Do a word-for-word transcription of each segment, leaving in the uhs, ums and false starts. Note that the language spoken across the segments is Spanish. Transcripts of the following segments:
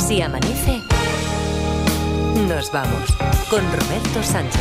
Si amanece, nos vamos con Roberto Sánchez.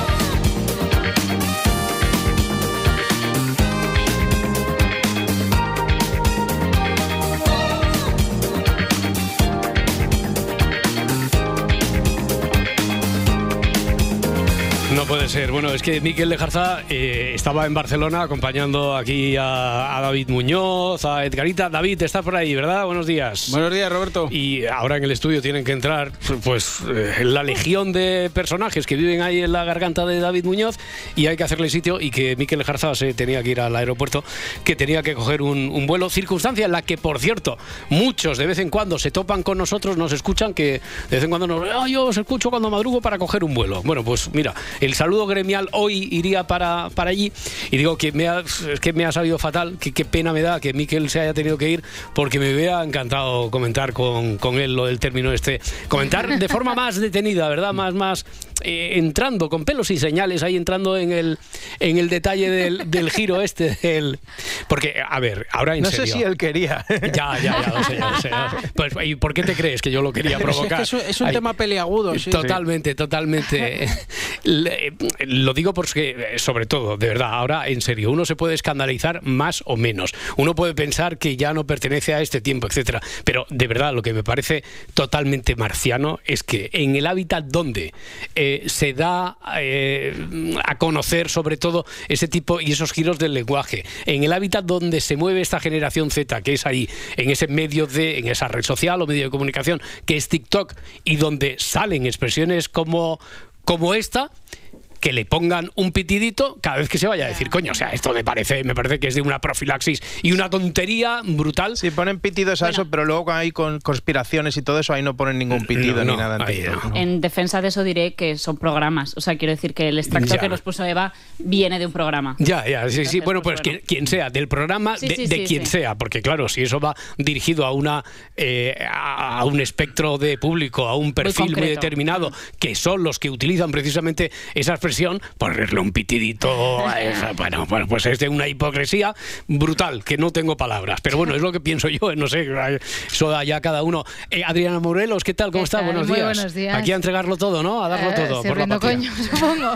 No puede ser. Bueno, es que Miquel Lejarza eh, estaba en Barcelona acompañando aquí a, a David Muñoz, a Edgarita. David, estás por ahí, ¿verdad? Buenos días. Buenos días, Roberto. Y ahora en el estudio tienen que entrar pues eh, la legión de personajes que viven ahí en la garganta de David Muñoz y hay que hacerle sitio, y que Miquel Lejarza se tenía que ir al aeropuerto, que tenía que coger un, un vuelo, circunstancia en la que, por cierto, muchos de vez en cuando se topan con nosotros, nos escuchan, que de vez en cuando nos... Oh, yo os escucho cuando madrugo para coger un vuelo. Bueno, pues mira, el saludo gremial hoy iría para, para allí, y digo que me ha, es que me ha sabido fatal, que qué pena me da que Miquel se haya tenido que ir, porque me hubiera encantado comentar con, con él lo del término este, comentar de forma más detenida, ¿verdad? Más, más eh, entrando con pelos y señales, ahí entrando en el, en el detalle del, del giro este, del, porque, a ver, ahora en no serio. No sé si él quería. Ya, ya, ya, lo sé, ya lo sé. Pues, ¿y por qué te crees que yo lo quería provocar? Es, que es, un, es un Ay, tema peliagudo, sí. Totalmente, sí. totalmente. Lo digo porque, sobre todo, de verdad, ahora en serio, uno se puede escandalizar más o menos. Uno puede pensar que ya no pertenece a este tiempo, etcétera. Pero de verdad, lo que me parece totalmente marciano es que en el hábitat donde eh, se da eh, a conocer, sobre todo, ese tipo y esos giros del lenguaje, en el hábitat donde se mueve esta generación Z, que es ahí, en ese medio de, en esa red social o medio de comunicación, que es TikTok, y donde salen expresiones como, como esta, que le pongan un pitidito cada vez que se vaya a decir, coño, o sea, esto me parece me parece que es de una profilaxis y una tontería brutal. Sí, ponen pitidos a bueno. eso, pero luego cuando hay con conspiraciones y todo eso, ahí no ponen ningún pitido no, ni no, nada. Ahí, no. En defensa de eso diré que son programas, o sea, quiero decir que el extracto ya. que nos puso Eva viene de un programa. Ya, ya, sí, Entonces, sí, bueno, pues, pues bueno. quien sea, del programa, sí, de, sí, de sí, quien sí. sea, porque claro, si eso va dirigido a una eh, a un espectro de público, a un perfil muy, muy determinado, que son los que utilizan precisamente esa expresión, ponerle un pitidito, esa, bueno, bueno, pues es de una hipocresía brutal, que no tengo palabras, pero bueno, es lo que pienso yo, no sé, eso da ya cada uno. Eh, Adriana Morelos, ¿qué tal? ¿Cómo estás? Buenos Muy días. buenos días. Aquí a entregarlo todo, ¿no? A darlo eh, todo por la patria. Coño, supongo.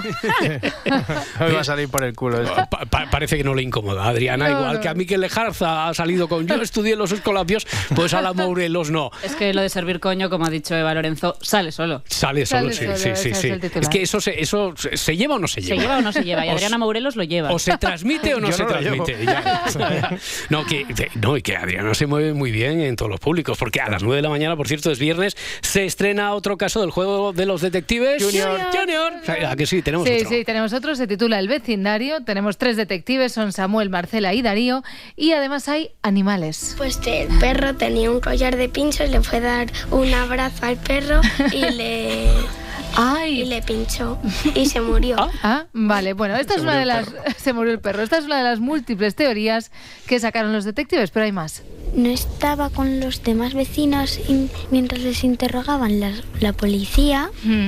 Hoy va a salir por el culo. Pa pa parece que no le incomoda a Adriana, no, igual no. que a Miquel Lejarza ha salido con yo estudié los escolapios, pues a la Morelos no. Es que lo de servir coño, como ha dicho Eva Lorenzo, sale solo. Sale solo, sale sí, solo, sí, sí, sí. Es, es que eso se, eso se lleva o no se lleva. ¿Se lleva o no se lleva? Y Adriana Morelos lo lleva. O se transmite o no Yo se no transmite. Ya, ya. No, que, no, y que Adriana se mueve muy bien en todos los públicos, porque a las nueve de la mañana, por cierto, es viernes, se estrena otro caso del juego de los detectives. Junior. Junior. ¿A que sí? Tenemos sí, otro. Sí, tenemos otro. Se titula El vecindario. Tenemos tres detectives, son Samuel, Marcela y Darío. Y además hay animales. Pues el perro tenía un collar de pinchos, le fue a dar un abrazo al perro y le... Ay. Y le pinchó y se murió. Ah, ah vale. Bueno, esta se es una de las... Perro. Se murió el perro. Esta es una de las múltiples teorías que sacaron los detectives, pero hay más. No estaba con los demás vecinos mientras les interrogaban la, la policía mm.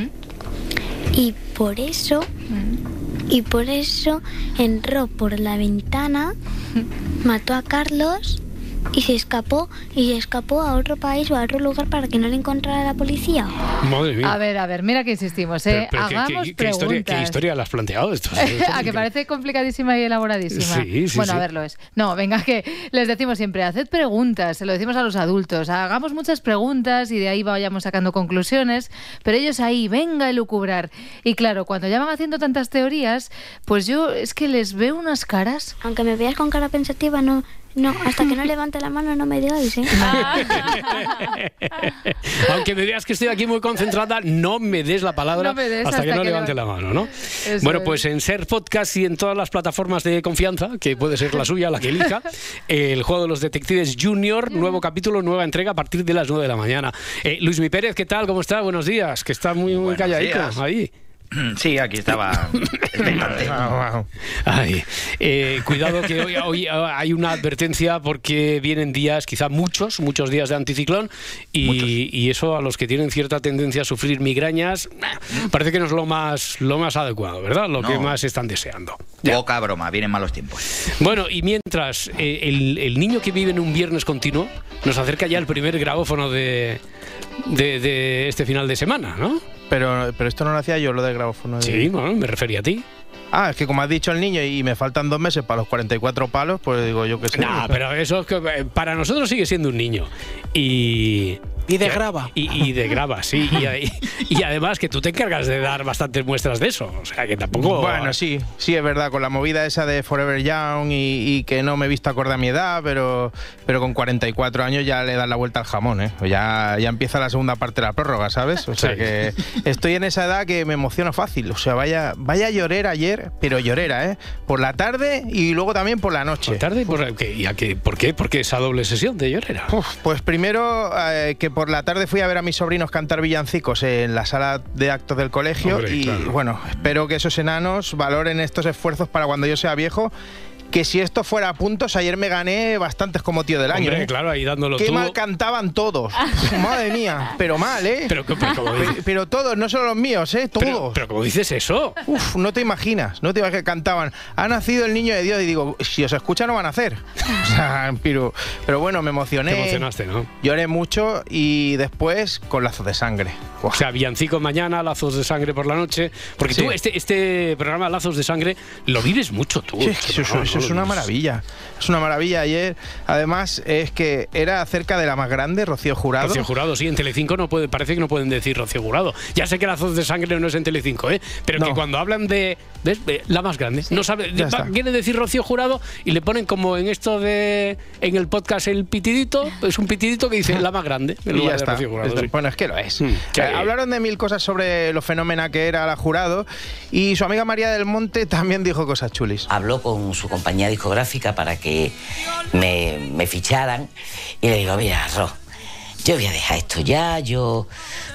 y por eso... Mm. Y por eso entró por la ventana, mató a Carlos y se escapó y se escapó a otro país o a otro lugar para que no le encontrara la policía. Madre mía. A ver, a ver, mira que insistimos, ¿eh? Pero, pero Hagamos ¿qué, qué, preguntas. historia, ¿Qué historia la has planteado esto? A que parece complicadísima y elaboradísima. Sí, sí, bueno, sí. a ver, lo es. No, venga, que les decimos siempre, haced preguntas, se lo decimos a los adultos, hagamos muchas preguntas y de ahí vayamos sacando conclusiones, pero ellos ahí, venga a elucubrar. Y claro, cuando ya van haciendo tantas teorías, pues yo es que les veo unas caras. Aunque me veas con cara pensativa, no... No, hasta que no levante la mano no me digáis, ¿eh? Aunque me veas que estoy aquí muy concentrada, no me des la palabra no des hasta, hasta que no que levante lo... la mano, ¿no? Eso bueno, es. pues en Ser Podcast y en todas las plataformas de confianza, que puede ser la suya, la que elija, el juego de los detectives Junior, nuevo capítulo, nueva entrega a partir de las nueve de la mañana. Eh, Luis Mi Pérez, ¿qué tal? ¿Cómo está? Buenos días, que está muy, muy calladito ahí. Sí, aquí estaba expectante. Ay, eh, cuidado que hoy, hoy hay una advertencia porque vienen días, quizá muchos, muchos días de anticiclón y, y eso a los que tienen cierta tendencia a sufrir migrañas parece que no es lo más, lo más adecuado, ¿verdad? Lo no. que más están deseando. Ya. Poca broma, vienen malos tiempos. Bueno, y mientras eh, el, el niño que vive en un viernes continuo nos acerca ya el primer grabófono de, de, de este final de semana, ¿no? Pero, pero esto no lo hacía yo, lo de grabófono. De... Sí, bueno, me refería a ti. Ah, es que como has dicho el niño y me faltan dos meses para los cuarenta y cuatro palos, pues digo yo que sé. No, pero eso es que para nosotros sigue siendo un niño. Y... Y de grava. Y, y de grava, sí. Y, y además que tú te encargas de dar bastantes muestras de eso. O sea, que tampoco... Bueno, sí, sí, es verdad. Con la movida esa de Forever Young y, y que no me he visto acorde a mi edad, pero, pero con cuarenta y cuatro años ya le dan la vuelta al jamón, ¿eh? Ya, ya empieza la segunda parte de la prórroga, ¿sabes? O sea, sí. que estoy en esa edad que me emociona fácil. O sea, vaya, vaya llorera ayer, pero llorera, ¿eh? Por la tarde y luego también por la noche. ¿Por la tarde? ¿Por qué? ¿Y a qué? ¿Por qué? ¿Por qué esa doble sesión de llorera? Uf, pues primero eh, que por la tarde fui a ver a mis sobrinos cantar villancicos en la sala de actos del colegio. Hombre, y claro. bueno, espero que esos enanos valoren estos esfuerzos para cuando yo sea viejo. Que si esto fuera a puntos, ayer me gané bastantes como tío del año. Hombre, ¿eh? claro, ahí dándolo Qué tú. mal cantaban todos. Madre mía, pero mal, ¿eh? Pero, pero, pero, pero, pero todos, no solo los míos, ¿eh? Todos. Pero, pero ¿cómo dices eso? Uf, no te imaginas, no te imaginas que cantaban. Ha nacido el niño de Dios y digo, si os escucha no van a hacer. O sea, pero, pero bueno, me emocioné. Te emocionaste, ¿no? Lloré mucho y después con lazos de sangre. Uf. O sea, villancicos mañana, lazos de sangre por la noche. Porque sí. tú, este, este programa Lazos de Sangre, lo vives mucho tú. Sí, eso, eso, eso es una maravilla. Es una maravilla ayer. Además, es que era cerca de la más grande, Rocío Jurado. Rocío Jurado, sí, en Telecinco no puede, parece que no pueden decir Rocío Jurado. Ya sé que Lazos de Sangre no es en Telecinco, ¿eh? Pero no. que cuando hablan de, ¿ves? de la más grande, sí. no sabe, de, quiere decir Rocío Jurado y le ponen como en esto de en el podcast el pitidito, es un pitidito que dice la más grande. En y ya de está. Rocío Jurado, es, sí. Bueno, es que lo es. Mm, eh, hablaron de mil cosas sobre lo fenómena que era la Jurado y su amiga María del Monte también dijo cosas chulis. Habló con su compañía discográfica para que me, me ficharan y le digo, mira, Ro, yo voy a dejar esto ya, yo...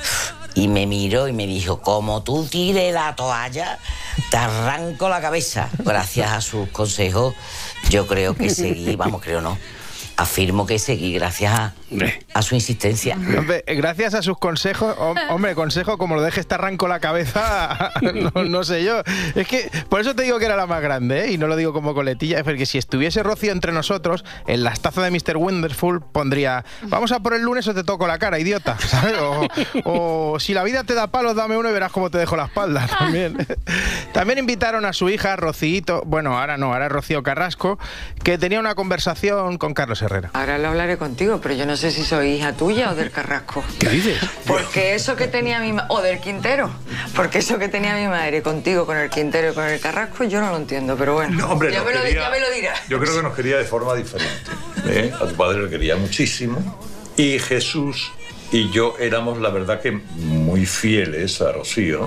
Y me miró y me dijo, como tú tires la toalla, te arranco la cabeza. Gracias a sus consejos, yo creo que seguí, vamos, creo no, afirmo que seguí gracias a, a su insistencia. Hombre, gracias a sus consejos, hombre, consejo como lo dejes te arranco la cabeza, no, no sé yo. Es que por eso te digo que era la más grande, ¿eh? Y no lo digo como coletilla, es porque si estuviese Rocío entre nosotros, en las tazas de mister Wonderful pondría, vamos a por el lunes o te toco la cara, idiota, ¿sabes? O, o si la vida te da palos, dame uno y verás cómo te dejo la espalda también. También invitaron a su hija, Rocíito, bueno, ahora no, ahora es Rocío Carrasco, que tenía una conversación con Carlos Herrera. Ahora lo hablaré contigo, pero yo no sé si soy hija tuya o del Carrasco. ¿Qué dices? Porque eso que tenía mi madre, o del Quintero, porque eso que tenía mi madre contigo, con el Quintero y con el Carrasco, yo no lo entiendo, pero bueno, no, hombre, ya, me quería, lo, ya me lo dirás. Yo creo que nos quería de forma diferente, ¿eh? A tu padre le quería muchísimo y Jesús y yo éramos, la verdad, que muy fieles a Rocío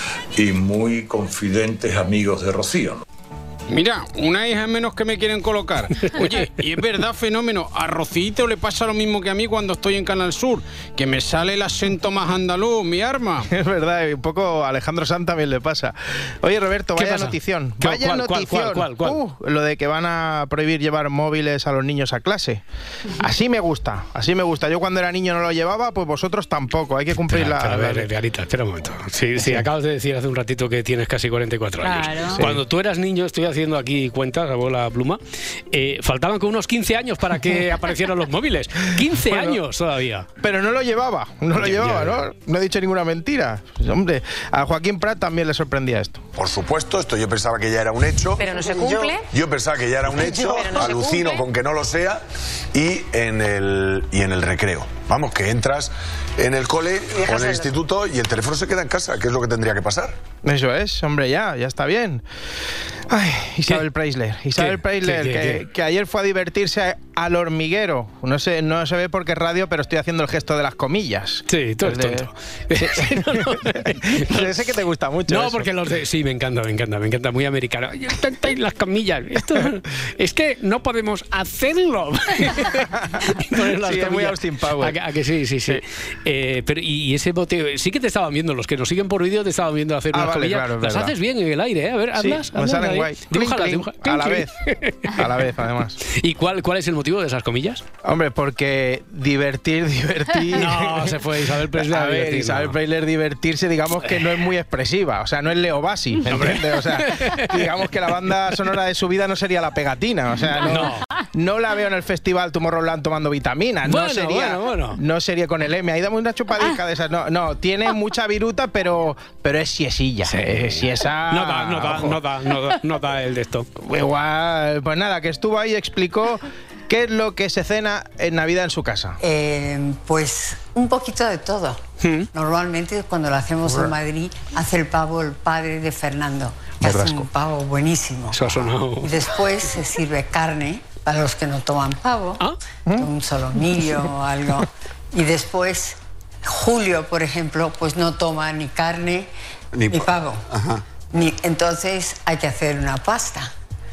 y muy confidentes amigos de Rocío. Mira, una hija menos que me quieren colocar. Oye, y es verdad, fenómeno, a Rocito le pasa lo mismo que a mí cuando estoy en Canal Sur, que me sale el acento más andaluz, mi arma. Es verdad, y un poco a Alejandro Sanz también le pasa. Oye, Roberto, vaya pasa? notición. ¿Cuál, vaya cuál, notición. ¿Cuál, cuál, cuál, cuál? Uh, lo de que van a prohibir llevar móviles a los niños a clase. Así me gusta, así me gusta. Yo cuando era niño no lo llevaba, pues vosotros tampoco. Hay que cumplir espera, la... espera, a ver, Garita, espera un momento. Sí, sí, sí, acabas de decir hace un ratito que tienes casi cuarenta y cuatro años. Claro. Sí. Cuando tú eras niño, estoy haciendo aquí cuentas, hago la pluma, eh, faltaban con unos quince años para que aparecieran los móviles. quince bueno, años todavía. Pero no lo llevaba, no lo ya, llevaba, ya, ya. ¿no? No he dicho ninguna mentira. Pues, hombre, a Joaquín Prat también le sorprendía esto. Por supuesto, esto yo pensaba que ya era un hecho. Pero no se cumple. Yo, yo pensaba que ya era un hecho, no alucino con que no lo sea, y en el, y en el recreo. Vamos, que entras en el cole o en el instituto y el teléfono se queda en casa, que es lo que tendría que pasar. Eso es, hombre, ya, ya está bien. Ay, Isabel Preisler, Isabel Preisler, que, que ayer fue a divertirse al hormiguero. No sé, no se ve porque es radio, pero estoy haciendo el gesto de las comillas. Sí, tú eres El de- tonto. no, no. Sé que te gusta mucho. No, eso. porque los de... Sí, me encanta, me encanta, me encanta. Muy americano. Ay, tonto, y las comillas. Esto es que no podemos hacerlo. Y poner las Sí, es muy comillas. Austin Powers. ¿A que, a que sí, sí, sí. Eh, pero y, y ese boteo, sí que te estaban viendo, los que nos siguen por vídeo te estaban viendo hacer Ah, unas vale, comillas. claro, es las verdad. haces bien en el aire, ¿eh? A ver, Sí, hazlas. me hazlas salen ahí. guay. Dibújalas, Clink, dibuja- clink, a la clink, vez. clink. A la vez, además. ¿Y cuál, cuál es el motivo de esas comillas? Hombre, porque divertir, divertir... No, se fue Isabel Preisler A a ver, divertir, Isabel no. Preisler divertirse, digamos que no es muy expresiva. O sea, no es Leo Bassi, ¿me entiendes? O sea, digamos que la banda sonora de su vida no sería La Pegatina. O sea, no, No. no la veo en el festival Tomorrowland tomando vitaminas. Bueno, no sería, bueno, bueno. no sería con el M. Ahí damos una chupadica de esas. No, no, tiene mucha viruta, pero, pero es siesilla. Es siesa. No da, no da, ojo. no da, no da, no da el de esto. Igual, pues nada, que estuvo ahí y explicó qué es lo que se cena en Navidad en su casa. Eh, pues un poquito de todo. Normalmente cuando lo hacemos en Madrid hace el pavo el padre de Fernando, que hace un pavo buenísimo. Eso ha sonado. Y después se sirve carne para los que no toman pavo, ¿Ah? un solomillo o algo. Y después Julio, por ejemplo, pues no toma ni carne ni, ni pavo. Ajá. Ni, entonces hay que hacer una pasta.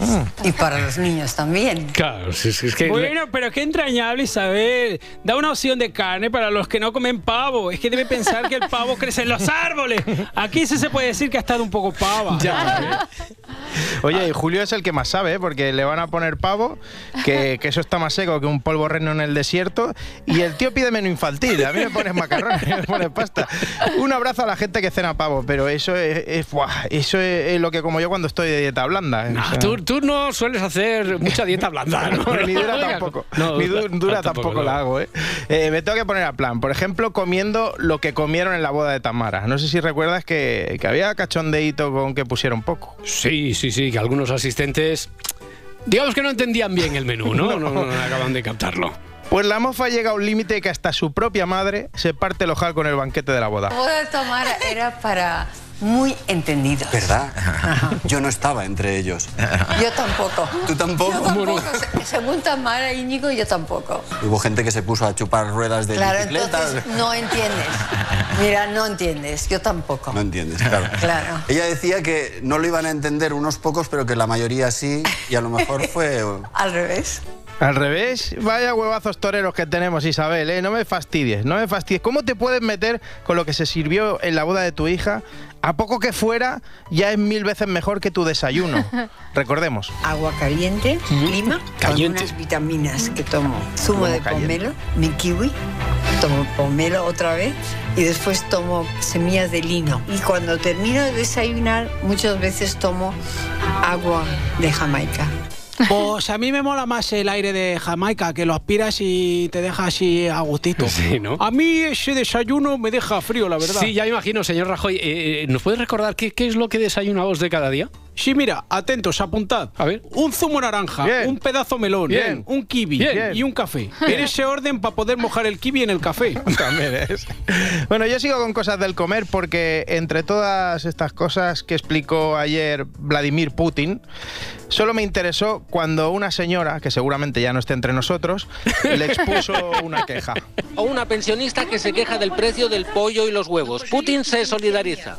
Y para los niños también. Claro, sí, sí, es que... Bueno, pero qué entrañable, Isabel. Da una opción de carne para los que no comen pavo. Es que debe pensar que el pavo crece en los árboles. Aquí sí se puede decir que ha estado un poco pava. Ya. Oye, y Julio es el que más sabe, ¿eh? Porque le van a poner pavo, que, que eso está más seco que un polvo reno en el desierto, y el tío pide menú infantil. A mí me pones macarrones, me pones pasta. Un abrazo a la gente que cena pavo, pero eso es, es, buah, eso es, es lo que como yo cuando estoy de dieta blanda. No, o sea, tú, tú no sueles hacer mucha dieta blanda, ¿no? ni dura tampoco. No, ni du- dura tampoco, tampoco no. la hago, ¿eh? Eh, Me tengo que poner a plan. Por ejemplo, comiendo lo que comieron en la boda de Tamara. No sé si recuerdas que, que había cachondeíto con que pusieron poco. Sí, sí, sí, que algunos asistentes, digamos que no entendían bien el menú, ¿no? No, no, no acaban de captarlo. Pues la mofa llega a un límite que hasta su propia madre se parte el ojal con el banquete de la boda. La boda de Tamara era para muy entendidos. ¿Verdad? Yo no estaba entre ellos. Yo tampoco. ¿Tú tampoco? Yo tampoco. Se- Según Tamara y Íñigo, yo tampoco. Hubo gente que se puso a chupar ruedas de Claro, bicicletas. entonces no entiendes. Mira, no entiendes. Yo tampoco. No entiendes, claro. Claro. Ella decía que no lo iban a entender unos pocos, pero que la mayoría sí, y a lo mejor fue... Al revés. Al revés, vaya huevazos toreros que tenemos, Isabel, ¿eh? No me fastidies, no me fastidies. ¿Cómo te puedes meter con lo que se sirvió en la boda de tu hija? A poco que fuera, ya es mil veces mejor que tu desayuno. Recordemos. Agua caliente, lima, Caliente. con unas vitaminas que tomo. Zumo ¿Cómo de caliente? pomelo, mi kiwi, tomo pomelo otra vez y después tomo semillas de lino. Y cuando termino de desayunar, muchas veces tomo agua de Jamaica. Pues a mí me mola más el aire de Jamaica, que lo aspiras y te deja así a gustito. Sí, ¿no? A mí ese desayuno me deja frío, la verdad. Sí, ya imagino, señor Rajoy. Eh, ¿Nos puedes recordar qué, qué es lo que desayunamos de cada día? Sí, mira, atentos, apuntad. A ver. Un zumo naranja, Bien. un pedazo melón, Bien. un kiwi Bien. y un café. En ese orden para poder mojar el kiwi en el café. También es. Bueno, yo sigo con cosas del comer porque entre todas estas cosas que explicó ayer Vladimir Putin, solo me interesó cuando una señora, que seguramente ya no esté entre nosotros, le expuso una queja. O una pensionista que se queja del precio del pollo y los huevos. Putin se solidariza.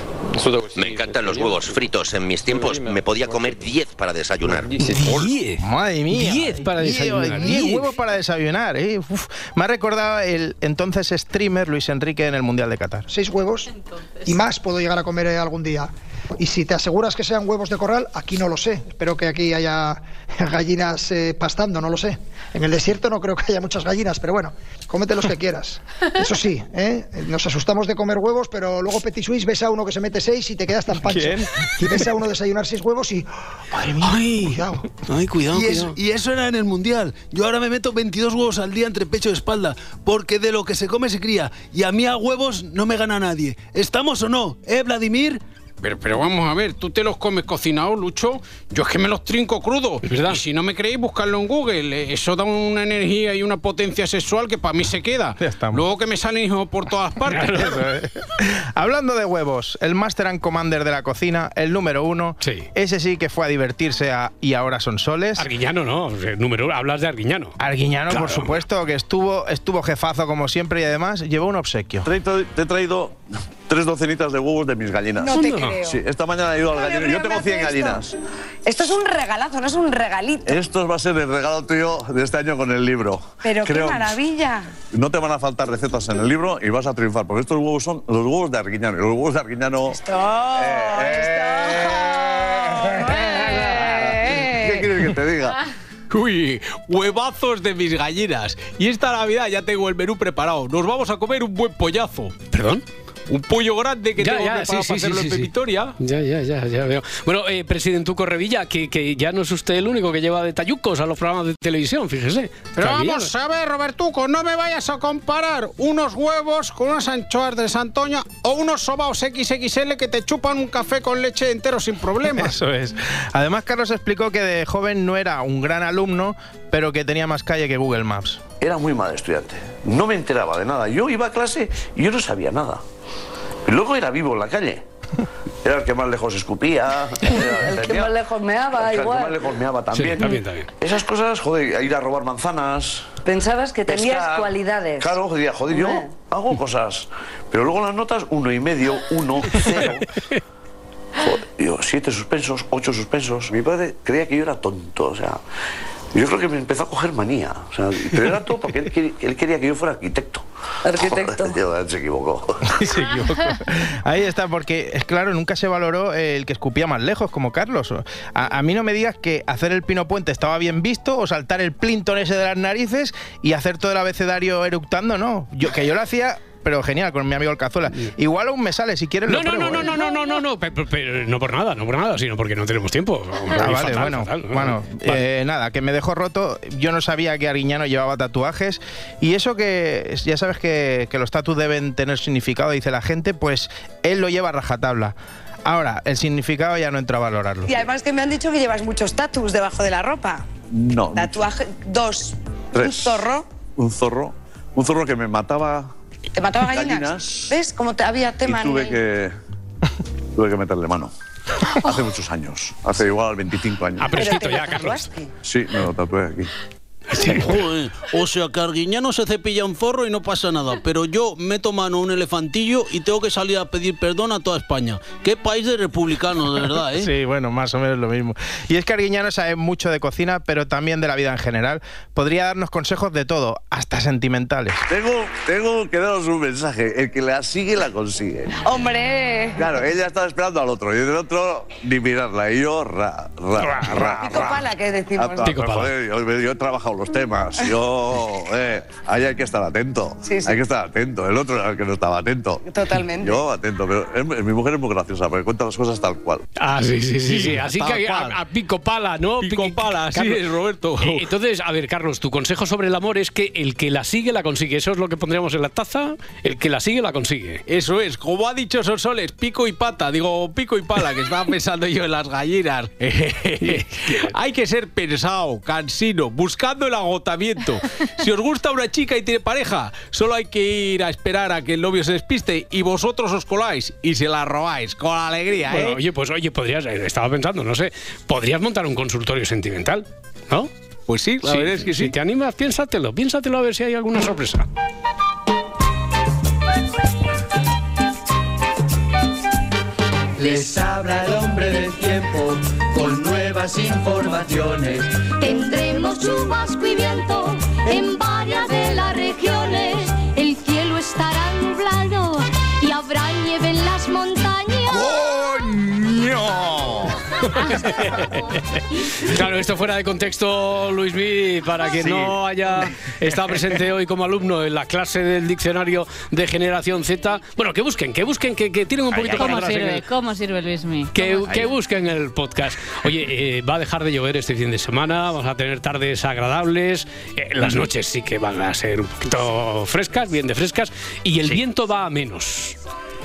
Me encantan los huevos fritos. En mis tiempos me podía comer diez para desayunar. Diez. Madre mía. Diez para desayunar. diez Diez. huevos para desayunar. ¿Eh? Uf. Me ha recordado el entonces streamer Luis Enrique en el Mundial de Qatar. Seis huevos y más puedo llegar a comer eh, algún día. Y si te aseguras que sean huevos de corral, aquí no lo sé. Espero que aquí haya gallinas eh, pastando, no lo sé. En el desierto no creo que haya muchas gallinas, pero bueno, cómete los que quieras. Eso sí, ¿eh? Nos asustamos de comer huevos, pero luego Petit Suisse ves a uno que se mete seis y te quedas tan pancho. ¿Quién? Y ves a uno desayunar seis huevos y... Madre mía, Ay, cuidado. ay, cuidado, Y cuidado. Y eso era en el Mundial. Yo ahora me meto veintidós huevos al día entre pecho y espalda, porque de lo que se come se cría. Y a mí a huevos no me gana nadie. ¿Estamos o no? ¿Eh, Vladimir? Pero, pero vamos a ver, ¿tú te los comes cocinados, Lucho? Yo es que me los trinco crudos. Es verdad. Y si no me creéis, buscadlo en Google. Eso da una energía y una potencia sexual que para mí se queda. Ya estamos. Luego que me salen hijos por todas partes. Hablando de huevos, el Master and Commander de la cocina, el número uno, Sí. ese sí que fue a divertirse a Y ahora son soles. Arguiñano, ¿no? Número uno, hablas de Arguiñano. Arguiñano, Claro. por supuesto, que estuvo, estuvo jefazo como siempre y además llevó un obsequio. Te he traído, te he traído tres docenitas de huevos de mis gallinas. No te creo. Sí, esta mañana he ido al Pero, gallinero. pero, Yo tengo me cien hace gallinas. Esto. esto es un regalazo, no es un regalito. Esto va a ser el regalo tuyo de este año con el libro. Pero Creo- qué maravilla. No te van a faltar recetas en el libro y vas a triunfar, porque estos huevos son los huevos de Arguiñano. Y los huevos de Arguiñano... Esto, ¿Qué quieres que te diga? Uy, huevazos de mis gallinas. Y esta Navidad ya tengo el menú preparado. Nos vamos a comer un buen pollazo. ¿Perdón? Un pollo grande que Ya, tengo ya, preparado sí, para sí, hacerlo sí, en sí. Vitoria. Ya, ya, ya, ya veo. Bueno, eh, Presidentuco Revilla, que, que ya no es usted el único que lleva de tayucos a los programas de televisión, fíjese. Pero Arguiñano. vamos a ver, Robertuco, no me vayas a comparar unos huevos con unas anchoas de Santoña o unos sobaos equis equis ele que te chupan un café con leche entero sin problemas. Eso es. Además, Carlos explicó que de joven no era un gran alumno, pero que tenía más calle que Google Maps. Era muy mal estudiante. No me enteraba de nada. Yo iba a clase y yo no sabía nada. Y luego era vivo en la calle. Era el que más lejos escupía. Era, El que tenía- más lejos meaba, el que igual. más lejos meaba también. Sí, también, también. Esas cosas, joder, ir a robar manzanas. Pensabas que tenías pescar. cualidades. Claro, joder, joder, yo Hombre. hago cosas. Pero luego las notas, uno y medio, uno, cero. Joder, yo, siete suspensos, ocho suspensos. Mi padre creía que yo era tonto, o sea. Yo creo que me empezó a coger manía. O sea, pero era todo porque él quería, él quería que yo fuera arquitecto. Arquitecto. Joder, tío, él se equivocó. Se equivocó. Ahí está, porque es claro, nunca se valoró el que escupía más lejos, como Carlos. A, a mí no me digas que hacer el pino puente estaba bien visto o saltar el Plinton ese de las narices y hacer todo el abecedario eructando, no. Yo, que yo lo hacía, pero genial, con mi amigo el Cazuela. Igual aún me sale, si quieres No, lo no, pruebo, no, no, ¿eh? no, no, no, no, no, pe- pe- pe- no por nada, no por nada, sino porque no tenemos tiempo. Ah, vale, Fatal, bueno, fatal, ¿no? bueno Vale. eh, nada, que me dejó roto. Yo no sabía que Arguiñano llevaba tatuajes y eso que ya sabes que, que los tatus deben tener significado, dice la gente, pues él lo lleva a rajatabla. Ahora, el significado ya no entra a valorarlo. Y además que me han dicho que llevas muchos tatus debajo de la ropa. No. Tatuaje, dos. Tres. Un zorro. Un zorro. Un zorro que me mataba ¿Te mataba gallinas? Gallinas. ¿Ves cómo te había tema? y tuve en el- que, tuve que meterle mano. Hace muchos años. Hace igual veinticinco años. Ah, pero Pero escrito te ya, lo Carlos. tatuaste. Sí, me lo tatué aquí. Joder, o sea que Arguiñano se cepilla un zorro y no pasa nada, pero yo meto mano a un elefantillo y tengo que salir a pedir perdón a toda España. Qué país de republicanos, de verdad, ¿eh? Sí, bueno, más o menos lo mismo. Y es que Arguiñano sabe mucho de cocina, pero también de la vida en general. Podría darnos consejos de todo, hasta sentimentales. Tengo, tengo que daros un mensaje. El que la sigue, la consigue. ¡Hombre! Claro, ella estaba esperando al otro y el otro ni mirarla. Y yo, ra, ra, ra, Pico ra. pala, que decimos. Ah, Pico pala. joder, yo, yo he trabajado los temas. Yo, eh, ahí hay que estar atento. Sí, sí. Hay que estar atento. El otro era el que no estaba atento. Totalmente. Yo atento, pero es- mi mujer es muy graciosa porque cuenta las cosas tal cual. Ah, sí, sí, sí, sí. Así Tal que cual. a, a pico pala, ¿no? Pico Piqui- pala, así Carlos. es, Roberto. Eh, entonces, a ver, Carlos, tu consejo sobre el amor es que el que la sigue, la consigue. Eso es lo que pondríamos en la taza. El que la sigue, la consigue. Eso es, como ha dicho Sonsoles, pico y pata, digo pico y pala, que estaba pensando yo en las gallinas. Hay que ser pensado, cansino, buscando el agotamiento. Si os gusta una chica y tiene pareja, solo hay que ir a esperar a que el novio se despiste y vosotros os coláis y se la robáis con alegría, ¿eh? Bueno, oye, pues oye, podrías, eh, estaba pensando, no sé, podrías montar un consultorio sentimental, ¿no? Pues sí, la Sí, verdad es que sí. Si te animas, piénsatelo, piénsatelo a ver si hay alguna sorpresa. Les habla el hombre del tiempo con nuevas informaciones. Tendremos chubasco y viento en varias de las regiones. El cielo estará nublado y habrá nieve en las montañas. Claro, esto fuera de contexto, Luismi, para quien Sí. no haya estado presente hoy como alumno en la clase del diccionario de Generación Z. Bueno, que busquen, que busquen, que, que tiren un poquito para ¿Cómo atrás en sirve? el- ¿Cómo sirve Luismi? Que, ¿Cómo que sirve? busquen el podcast. Oye, eh, va a dejar de llover este fin de semana, vamos a tener tardes agradables, eh, las noches sí que van a ser un poquito frescas, bien de frescas, y el viento va a menos.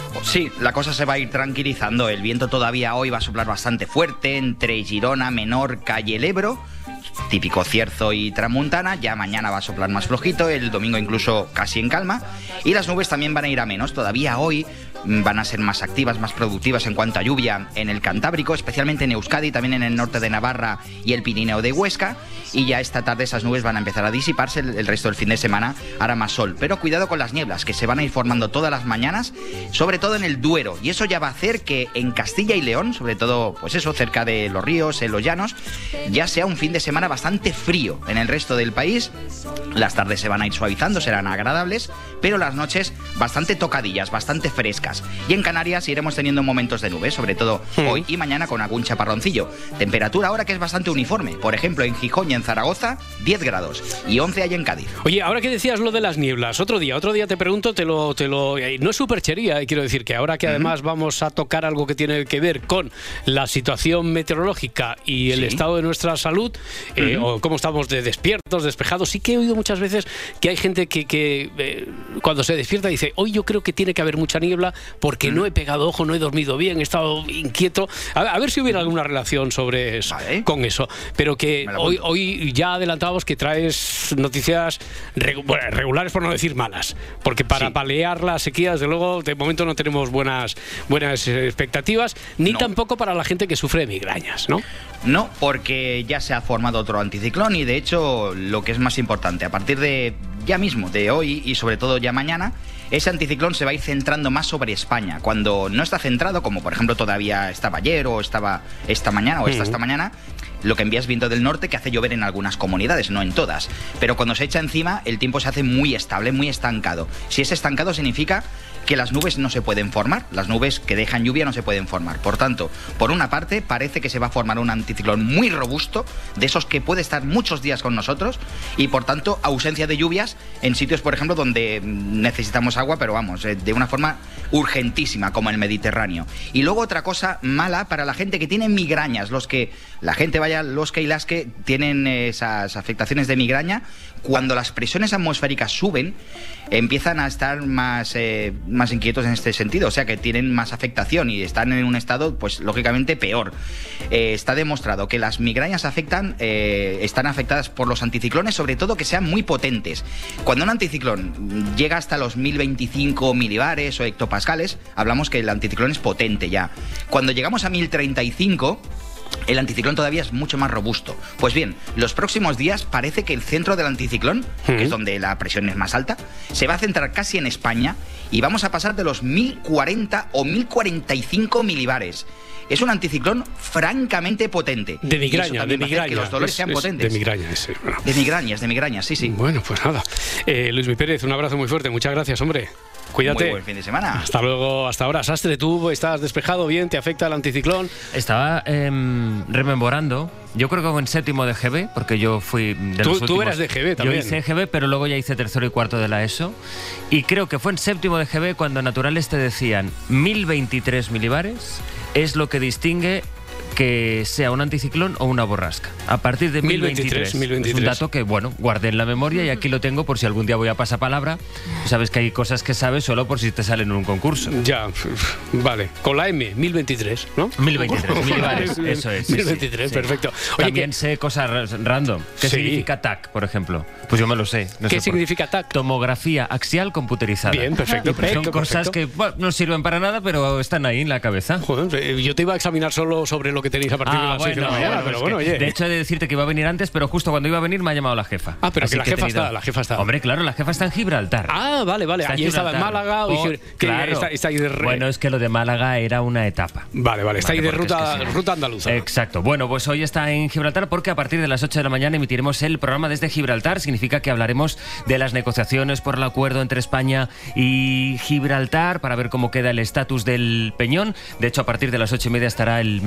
Sí, la cosa se va a ir tranquilizando. El viento todavía hoy va a soplar bastante fuerte entre Girona, Menorca y el Ebro. Típico cierzo y tramuntana. Ya mañana va a soplar más flojito, el domingo incluso casi en calma. Y las nubes también van a ir a menos. Todavía hoy van a ser más activas, más productivas en cuanto a lluvia en el Cantábrico, especialmente en Euskadi, también en el norte de Navarra y el Pirineo de Huesca. Y ya esta tarde esas nubes van a empezar a disiparse, el, el resto del fin de semana hará más sol. Pero cuidado con las nieblas, que se van a ir formando todas las mañanas, sobre todo en el Duero. Y eso ya va a hacer que en Castilla y León, sobre todo, pues eso, cerca de los ríos, en los llanos, ya sea un fin de semana bastante frío. En el resto del país, las tardes se van a ir suavizando, serán agradables, pero las noches bastante tocadillas, bastante frescas. Y en Canarias iremos teniendo momentos de nubes, sobre todo hoy y mañana con algún chaparroncillo. Temperatura ahora que es bastante uniforme. Por ejemplo, en Gijón y en Zaragoza, diez grados. Y once hay en Cádiz. Oye, ahora que decías lo de las nieblas, otro día, otro día te pregunto, te lo, te lo, eh, no es superchería, eh, quiero decir que ahora que además uh-huh. vamos a tocar algo que tiene que ver con la situación meteorológica y el sí. estado de nuestra salud, eh, uh-huh. o cómo estamos de despiertos, despejados, sí que he oído muchas veces que hay gente que, que eh, cuando se despierta dice, hoy yo creo que tiene que haber mucha niebla porque uh-huh. no he pegado ojo, no he dormido bien, he estado inquieto. A, a ver si hubiera alguna relación sobre eso, vale. con eso. Pero que hoy, hoy ya adelantábamos que traes noticias regu bueno, regulares, por no decir malas, porque para sí. paliar la sequía, desde luego, de momento no tenemos buenas, buenas expectativas, ni no. tampoco para la gente que sufre de migrañas, ¿no? No, porque ya se ha formado otro anticiclón y de hecho, lo que es más importante, a partir de ya mismo, de hoy y sobre todo ya mañana, ese anticiclón se va a ir centrando más sobre España. Cuando no está centrado, como por ejemplo todavía estaba ayer o estaba esta mañana o esta esta mañana, lo que envía es viento del norte que hace llover en algunas comunidades, no en todas. Pero cuando se echa encima, el tiempo se hace muy estable, muy estancado. Si es estancado significa que las nubes no se pueden formar, las nubes que dejan lluvia no se pueden formar. Por tanto, por una parte, parece que se va a formar un anticiclón muy robusto, de esos que puede estar muchos días con nosotros, y por tanto, ausencia de lluvias en sitios, por ejemplo, donde necesitamos agua, pero vamos, de una forma urgentísima, como el Mediterráneo. Y luego otra cosa mala para la gente que tiene migrañas, los que, la gente vaya, los que y las que tienen esas afectaciones de migraña, cuando las presiones atmosféricas suben, empiezan a estar más, eh, más inquietos en este sentido, o sea que tienen más afectación y están en un estado, pues lógicamente peor. Eh, está demostrado que las migrañas afectan, eh, están afectadas por los anticiclones, sobre todo que sean muy potentes. Cuando un anticiclón llega hasta los mil veinticinco milibares o hectopascales, hablamos que el anticiclón es potente ya. Cuando llegamos a mil treinta y cinco, el anticiclón todavía es mucho más robusto. Pues bien, los próximos días parece que el centro del anticiclón, uh-huh. que es donde la presión es más alta, se va a centrar casi en España y vamos a pasar de los mil cuarenta o mil cuarenta y cinco milibares. Es un anticiclón francamente potente. De migraña, de migraña. Que los dolores es, sean es potentes. De migraña, sí. Bueno. De migrañas, de migrañas, sí, sí. Bueno, pues nada. Eh, Luis Mi Pérez, un abrazo muy fuerte. Muchas gracias, hombre. Cuídate. Muy buen fin de semana. Hasta luego, hasta ahora. Sastre, ¿tú estás despejado bien? ¿Te afecta el anticiclón? Estaba eh, rememorando. Yo creo que en séptimo de G B, porque yo fui de ¿Tú, los últimos. Tú eras de G B también. Yo hice G B, pero luego ya hice tercero y cuarto de la ESO. Y creo que fue en séptimo de G B cuando naturales te decían mil veintitrés milibares es lo que distingue que sea un anticiclón o una borrasca. A partir de mil veintitrés. mil veintitrés. Es un dato que, bueno, guardé en la memoria y aquí lo tengo por si algún día voy a pasapalabra. Sabes que hay cosas que sabes solo por si te salen en un concurso. Ya, vale. Con la M, mil veintitrés, ¿no? mil veintitrés, milibares, eso es. Sí, mil veintitrés, sí, perfecto. Oye, también que... sé cosas random. ¿Qué sí. significa T A C, por ejemplo? Pues yo me lo sé. No ¿Qué sé significa por... T A C? Tomografía axial computerizada. Bien, perfecto. perfecto Son cosas perfecto. que bueno, no sirven para nada, pero están ahí en la cabeza. Joder, yo te iba a examinar solo sobre lo que tenéis a partir ah, de las bueno, seis de la mañana, bueno, pero es bueno, que, oye. De hecho, he de decirte que iba a venir antes, pero justo cuando iba a venir me ha llamado la jefa. Ah, pero Así que la que jefa tenido... está, la jefa está. Hombre, claro, la jefa está en Gibraltar. Ah, vale, vale. Allí estaba en Málaga. Oh, que claro. está, está ahí de re... Bueno, es que lo de Málaga era una etapa. Vale, vale. Está vale, ahí de ruta, es que sí. ruta andaluza. Exacto. Bueno, pues hoy está en Gibraltar porque a partir de las ocho de la mañana emitiremos el programa desde Gibraltar. Significa que hablaremos de las negociaciones por el acuerdo entre España y Gibraltar para ver cómo queda el estatus del Peñón. De hecho, a partir de las ocho y media estará el ministro principal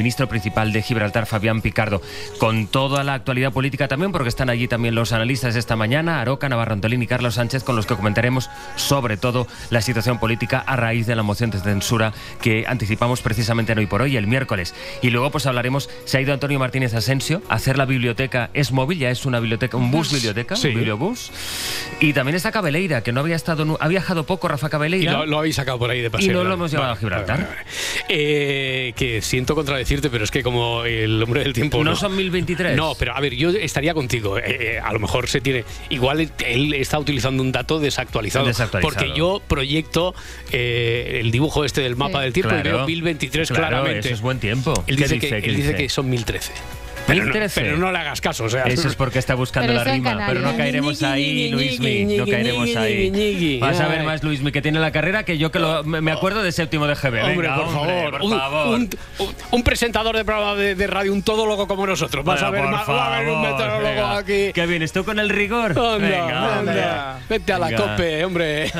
municipal de Gibraltar, Fabián Picardo, con toda la actualidad política también, porque están allí también los analistas esta mañana, Aroca, Navarro Antolín y Carlos Sánchez, con los que comentaremos sobre todo la situación política a raíz de la moción de censura que anticipamos precisamente en Hoy por Hoy, el miércoles. Y luego pues hablaremos, se ha ido Antonio Martínez Asensio a hacer la biblioteca, es móvil, ya es una biblioteca, un bus biblioteca, sí. un bibliobús. Y también está Cabeleira, que no había estado, ha viajado poco Rafa Cabeleira. Y lo, lo habéis sacado por ahí de paseo. Y no ¿verdad? lo hemos llevado vale, a Gibraltar. Vale, vale. Eh, que siento contradecirte, pero es que como el hombre del tiempo... ¿No, no son mil veintitrés? No, pero a ver, yo estaría contigo. Eh, eh, a lo mejor se tiene... Igual él está utilizando un dato desactualizado. Desactualizado. Porque yo proyecto eh, el dibujo este del mapa Sí. del tiempo Claro, y veo mil veintitrés claro, claramente. Eso es buen tiempo. Él ¿Qué dice, dice? que, ¿Qué él dice dice? que son mil trece. Pero no, pero no le hagas caso, o sea. Eso es porque está buscando Pero la está en rima, Canarias. pero no caeremos ahí, Luismi, no caeremos ahí. Vas a ver más, Luismi, que tiene la carrera que yo que lo, me me acuerdo de séptimo de G B. Hombre, Venga, por hombre, favor. por un, favor. Un, un, un presentador de programa de, de radio, un todólogo como nosotros. Vas Bueno, a ver, por ma- va a haber un favor, meteorólogo venga. aquí. ¿Qué vienes tú con el rigor? Anda, Venga, hombre. anda. Vete a la Venga. cope, hombre.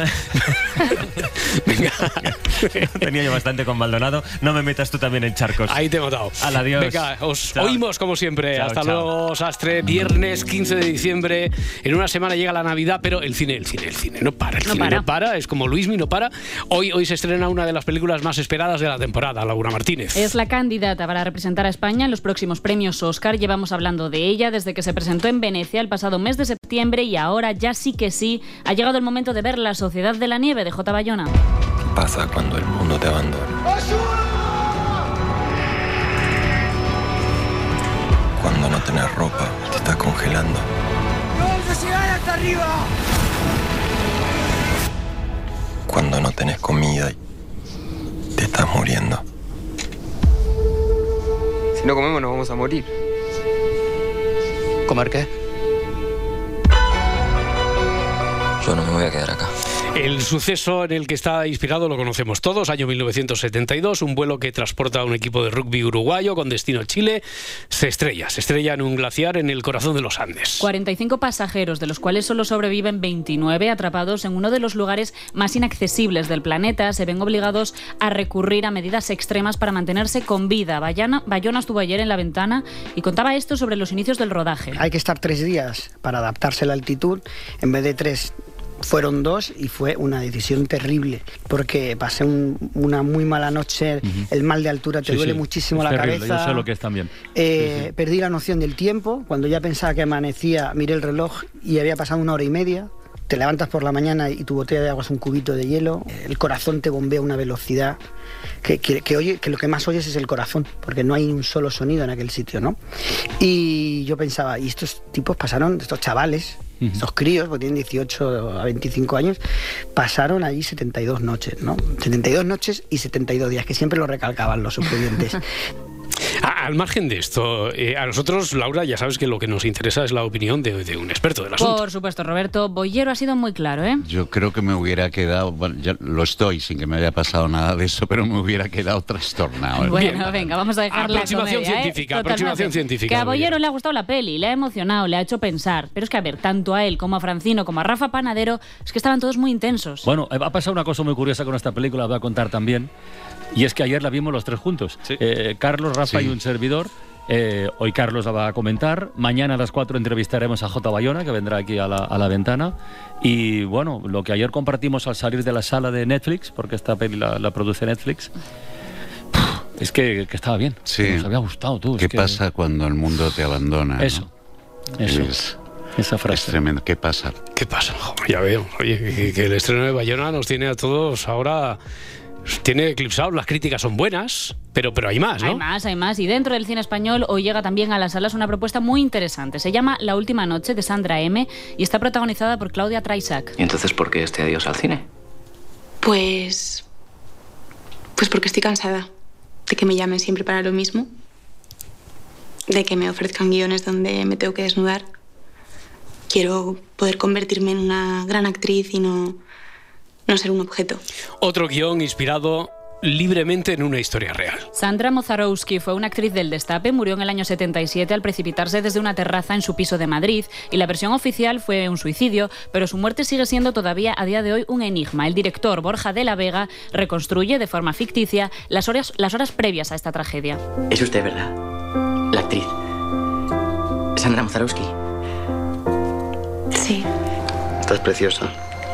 Tenía yo bastante con Maldonado. No me metas tú también en charcos. Ahí te he matado. Al adiós. Venga, os Chao. oímos como siempre. Chao, Hasta chao. luego, Sastre. Viernes quince de diciembre. En una semana llega la Navidad, pero el cine, el cine, el cine no para. El No cine para. no para. Es como Luismi no para. Hoy, hoy se estrena una de las películas más esperadas de la temporada, Laura Martínez. Es la candidata para representar a España en los próximos premios Oscar. Llevamos hablando de ella desde que se presentó en Venecia el pasado mes de septiembre y ahora ya sí que sí ha llegado el momento de ver La Sociedad de la Nieve de J. Bayona. ¿Qué pasa cuando el mundo te abandona? Cuando no tenés ropa, te estás congelando. hasta arriba! Cuando no tenés comida y te estás muriendo. Si no comemos nos vamos a morir. ¿Comer qué? Yo no me voy a quedar acá. El suceso en el que está inspirado lo conocemos todos, año mil novecientos setenta y dos, un vuelo que transporta a un equipo de rugby uruguayo con destino a Chile, se estrella, se estrella en un glaciar en el corazón de los Andes. cuarenta y cinco pasajeros, de los cuales solo sobreviven veintinueve, atrapados en uno de los lugares más inaccesibles del planeta, se ven obligados a recurrir a medidas extremas para mantenerse con vida. Bayona, Bayona estuvo ayer en La Ventana y contaba esto sobre los inicios del rodaje. Hay que estar tres días para adaptarse a la altitud, en vez de tres. Fueron dos y fue una decisión terrible porque pasé un, una muy mala noche, uh-huh. El mal de altura te sí, duele sí. muchísimo es la terrible, cabeza. Yo sé lo que es también. Eh, sí, sí. Perdí la noción del tiempo, cuando ya pensaba que amanecía, miré el reloj y había pasado una hora y media. Te levantas por la mañana y tu botella de agua es un cubito de hielo, el corazón te bombea a una velocidad que, que, que, oye, que lo que más oyes es el corazón, porque no hay ni un solo sonido en aquel sitio, ¿no? Y yo pensaba, y estos tipos pasaron, estos chavales, uh-huh. estos críos, porque tienen dieciocho a veinticinco años, pasaron allí setenta y dos noches, ¿no? setenta y dos noches y setenta y dos días, que siempre lo recalcaban los supervivientes. A, al margen de esto, eh, a nosotros, Laura, ya sabes que lo que nos interesa es la opinión de, de un experto del asunto. Por supuesto, Roberto. Bollero ha sido muy claro, ¿eh? Yo creo que me hubiera quedado, bueno, ya lo estoy sin que me haya pasado nada de eso, pero me hubiera quedado trastornado. Bueno, Bien. venga, vamos a dejar la Aproximación comedia, científica, ¿eh? aproximación Totalmente. científica, Que a Bollero. Bollero le ha gustado la peli, le ha emocionado, le ha hecho pensar. Pero es que, a ver, tanto a él como a Francino como a Rafa Panadero, es que estaban todos muy intensos. Bueno, ha pasado una cosa muy curiosa con esta película, la voy a contar también. Y es que ayer la vimos los tres juntos. Sí. Eh, Carlos, Rafa Sí. y un servidor. Eh, hoy Carlos la va a comentar. Mañana a las cuatro entrevistaremos a J. Bayona, que vendrá aquí a la, a la ventana. Y bueno, lo que ayer compartimos al salir de la sala de Netflix, porque esta peli la, la produce Netflix, es que, que estaba bien. Sí. Que nos había gustado, tú. ¿Qué es que... pasa cuando el mundo te abandona? Eso. ¿no? Eso. Es, Esa frase. es tremendo. ¿Qué pasa? ¿Qué pasa? Joder, ya veo. Oye, que, que el estreno de Bayona nos tiene a todos ahora... Tiene eclipsados, las críticas son buenas, pero, pero hay más, ¿no? Hay más, hay más. Y dentro del cine español hoy llega también a las salas una propuesta muy interesante. Se llama La última noche, de Sandra M. y está protagonizada por Claudia Traisac. ¿Y entonces por qué este adiós al cine? Pues... Pues porque estoy cansada de que me llamen siempre para lo mismo, de que me ofrezcan guiones donde me tengo que desnudar. Quiero poder convertirme en una gran actriz y no... no ser un objeto. Otro guión inspirado libremente en una historia real. Sandra Mozarowski fue una actriz del Destape, murió en el año setenta y siete al precipitarse desde una terraza en su piso de Madrid y la versión oficial fue un suicidio, pero su muerte sigue siendo todavía a día de hoy un enigma. El director Borja de la Vega reconstruye de forma ficticia las horas, las horas previas a esta tragedia. Es usted, ¿verdad? La actriz. Sandra Mozarowski. Sí. Estás preciosa.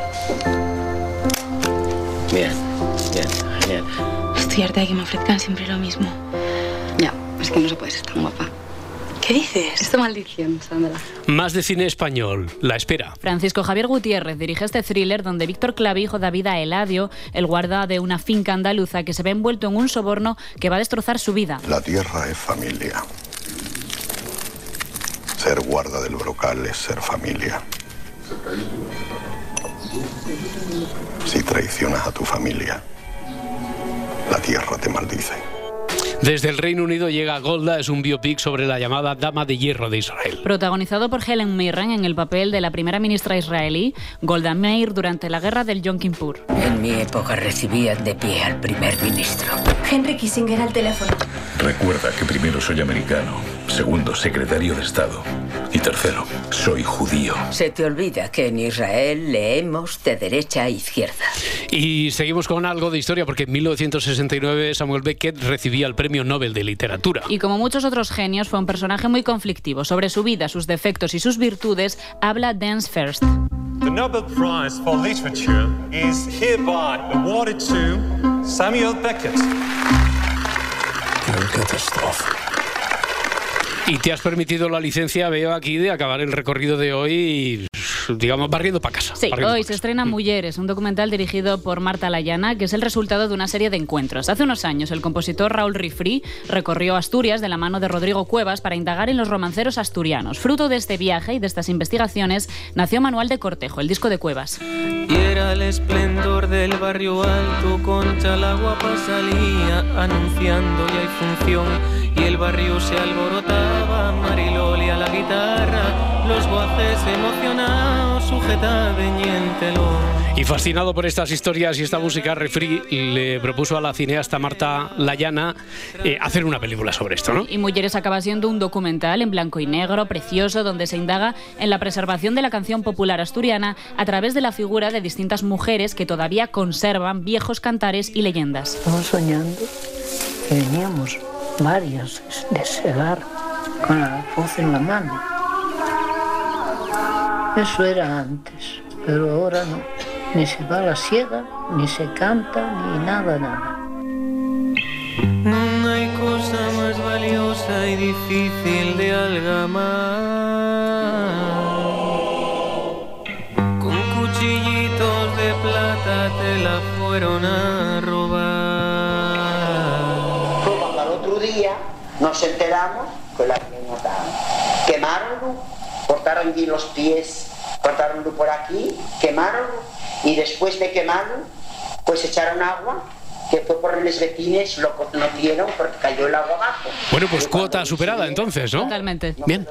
Bien, bien, genial. Estoy harta de que me ofrezcan siempre lo mismo. Ya, es que no se puede ser tan guapa. ¿Qué dices? Esto maldición, Sandra. Más de cine español, La espera. Francisco Javier Gutiérrez dirige este thriller donde Víctor Clavijo da vida a Eladio, el guarda de una finca andaluza que se ve envuelto en un soborno que va a destrozar su vida. La tierra es familia. Ser guarda del brocal es ser familia. Si traicionas a tu familia, la tierra te maldice. Desde el Reino Unido llega Golda, es un biopic sobre la llamada Dama de Hierro de Israel. Protagonizado por Helen Mirren en el papel de la primera ministra israelí, Golda Meir, durante la guerra del Yom Kippur. En mi época recibían de pie al primer ministro. Henry Kissinger al teléfono. Recuerda que primero soy americano, segundo secretario de Estado y tercero, soy judío. Se te olvida que en Israel leemos de derecha a izquierda. Y seguimos con algo de historia porque en mil novecientos sesenta y nueve Samuel Beckett recibía el Premio Nobel de Literatura. Y como muchos otros genios fue un personaje muy conflictivo. Sobre su vida, sus defectos y sus virtudes habla Dance First. The Nobel Prize for Literature is hereby awarded to Samuel Beckett. ¡Qué catástrofe! Y te has permitido la licencia, veo aquí, de acabar el recorrido de hoy, digamos, barriendo para casa. Sí, hoy se estrena Mujeres, un documental dirigido por Marta Layana, que es el resultado de una serie de encuentros. Hace unos años, el compositor Raúl Rifri recorrió Asturias de la mano de Rodrigo Cuevas para indagar en los romanceros asturianos. Fruto de este viaje y de estas investigaciones, nació Manual de Cortejo, el disco de Cuevas. Y era el esplendor del barrio alto, Concha la guapa salía anunciando ya hay función, y el barrio se alborotaba, Mariloli a la guitarra, los guajes emocionados sujetaban el telón. Y fascinado por estas historias y esta música, Refri le propuso a la cineasta Marta Layana eh, hacer una película sobre esto, ¿no? Y Mujeres acaba siendo un documental en blanco y negro, precioso, donde se indaga en la preservación de la canción popular asturiana a través de la figura de distintas mujeres que todavía conservan viejos cantares y leyendas. Estamos soñando que veníamos varias de segar con la voz en la mano. Eso era antes, pero ahora no. Ni se va a la siega, ni se canta, ni nada, nada. No hay cosa más valiosa y difícil de algamar. Con cuchillitos de plata te la fueron a robar. Como al otro día nos enteramos que la habían matado. Quemaronlo, cortaron allí los pies, cortaronlo por aquí, quemaronlo. Y después de quemarlo, pues echaron agua, que fue por los vecinos, lo conocieron porque cayó el agua abajo. Bueno, pues cuota superada entonces, ¿no? Totalmente. Bien.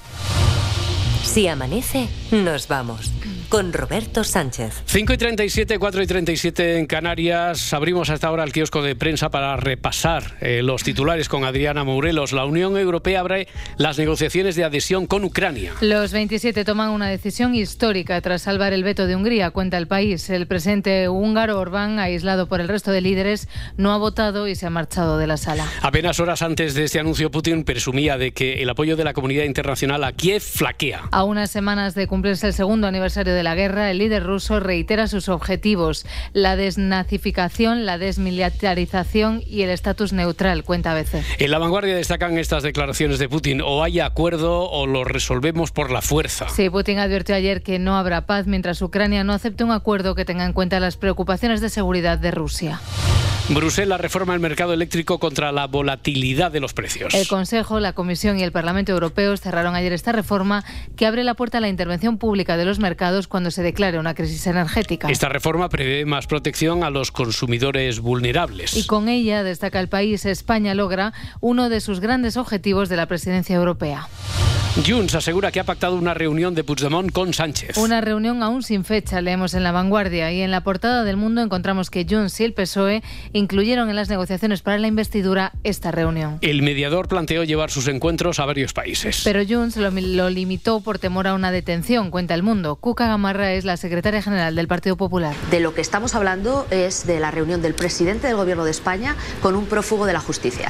Si amanece, nos vamos. Con Roberto Sánchez. cinco y treinta y siete, cuatro y treinta y siete en Canarias. Abrimos hasta ahora el kiosco de prensa para repasar eh, los titulares con Adriana Mourelos. La Unión Europea abre las negociaciones de adhesión con Ucrania. Los veintisiete toman una decisión histórica tras salvar el veto de Hungría, cuenta el país. El presidente húngaro Orbán, aislado por el resto de líderes, no ha votado y se ha marchado de la sala. Apenas horas antes de este anuncio, Putin presumía de que el apoyo de la comunidad internacional a Kiev flaquea. A unas semanas de cumplirse el segundo aniversario de la guerra, el líder ruso reitera sus objetivos: la desnazificación, la desmilitarización y el estatus neutral, cuenta A B C. En La Vanguardia destacan estas declaraciones de Putin: o hay acuerdo o lo resolvemos por la fuerza. Sí, Putin advirtió ayer que no habrá paz mientras Ucrania no acepte un acuerdo que tenga en cuenta las preocupaciones de seguridad de Rusia. Bruselas reforma el mercado eléctrico contra la volatilidad de los precios. El Consejo, la Comisión y el Parlamento Europeo cerraron ayer esta reforma que abre la puerta a la intervención pública de los mercados cuando se declare una crisis energética. Esta reforma prevé más protección a los consumidores vulnerables. Y con ella, destaca el país, España logra uno de sus grandes objetivos de la presidencia europea. Junts asegura que ha pactado una reunión de Puigdemont con Sánchez. Una reunión aún sin fecha, leemos en La Vanguardia, y en la portada del Mundo encontramos que Junts y el P S O E incluyeron en las negociaciones para la investidura esta reunión. El mediador planteó llevar sus encuentros a varios países. Pero Junts lo, lo limitó por temor a una detención, cuenta El Mundo. Cuca Gamarra es la secretaria general del Partido Popular. De lo que estamos hablando es de la reunión del presidente del Gobierno de España con un prófugo de la justicia,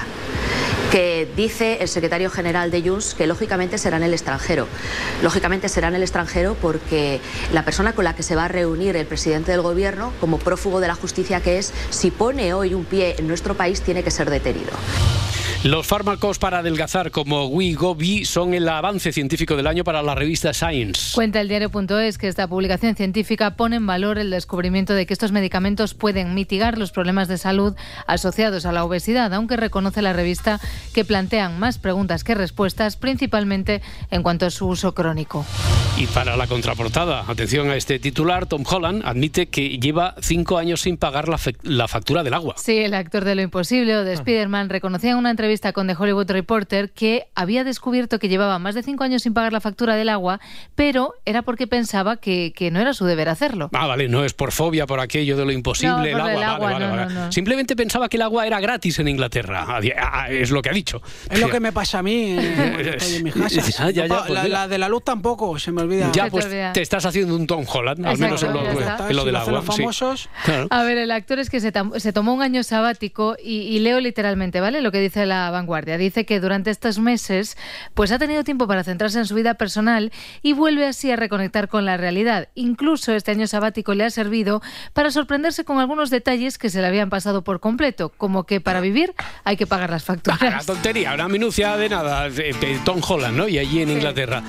que dice el secretario general de Junts que lógicamente será en el extranjero. Lógicamente será en el extranjero porque la persona con la que se va a reunir el presidente del Gobierno, como prófugo de la justicia que es, si pone hoy un pie en nuestro país, tiene que ser detenido. Los fármacos para adelgazar como Wegovy son el avance científico del año para la revista Science. Cuenta el diario punto es que esta publicación científica pone en valor el descubrimiento de que estos medicamentos pueden mitigar los problemas de salud asociados a la obesidad, aunque reconoce la revista que plantean más preguntas que respuestas, principalmente en cuanto a su uso crónico. Y para la contraportada, atención a este titular, Tom Holland admite que lleva cinco años sin pagar la, la factura del agua. Sí, el actor de Lo Imposible o de Spider-Man reconocía en una entrevista con The Hollywood Reporter que había descubierto que llevaba más de cinco años sin pagar la factura del agua, pero era porque pensaba que, que no era su deber hacerlo. Ah, vale, no es por fobia, por aquello de lo imposible, no, el agua, el agua vale, no, vale, vale. No, no. Simplemente pensaba que el agua era gratis en Inglaterra, es lo que ha dicho. Es lo que me pasa a mí eh, en mi casa. ya, ya, pues la, la de la luz tampoco, se me olvida. Ya, pues te, te estás haciendo un Tom Holland, al menos en lo, en lo del agua. Los famosos. Sí. Claro. A ver, el actor es que se, se tomó un año sabático y, y leo literalmente, ¿vale? Lo que dice La Vanguardia. Dice que durante estos meses pues ha tenido tiempo para centrarse en su vida personal y vuelve así a reconectar con la realidad. Incluso este año sabático le ha servido para sorprenderse con algunos detalles que se le habían pasado por completo, como que para vivir hay que pagar las facturas. Ah, una tontería, una minucia de nada, de, de Tom Holland, ¿no? Y allí en sí. Inglaterra.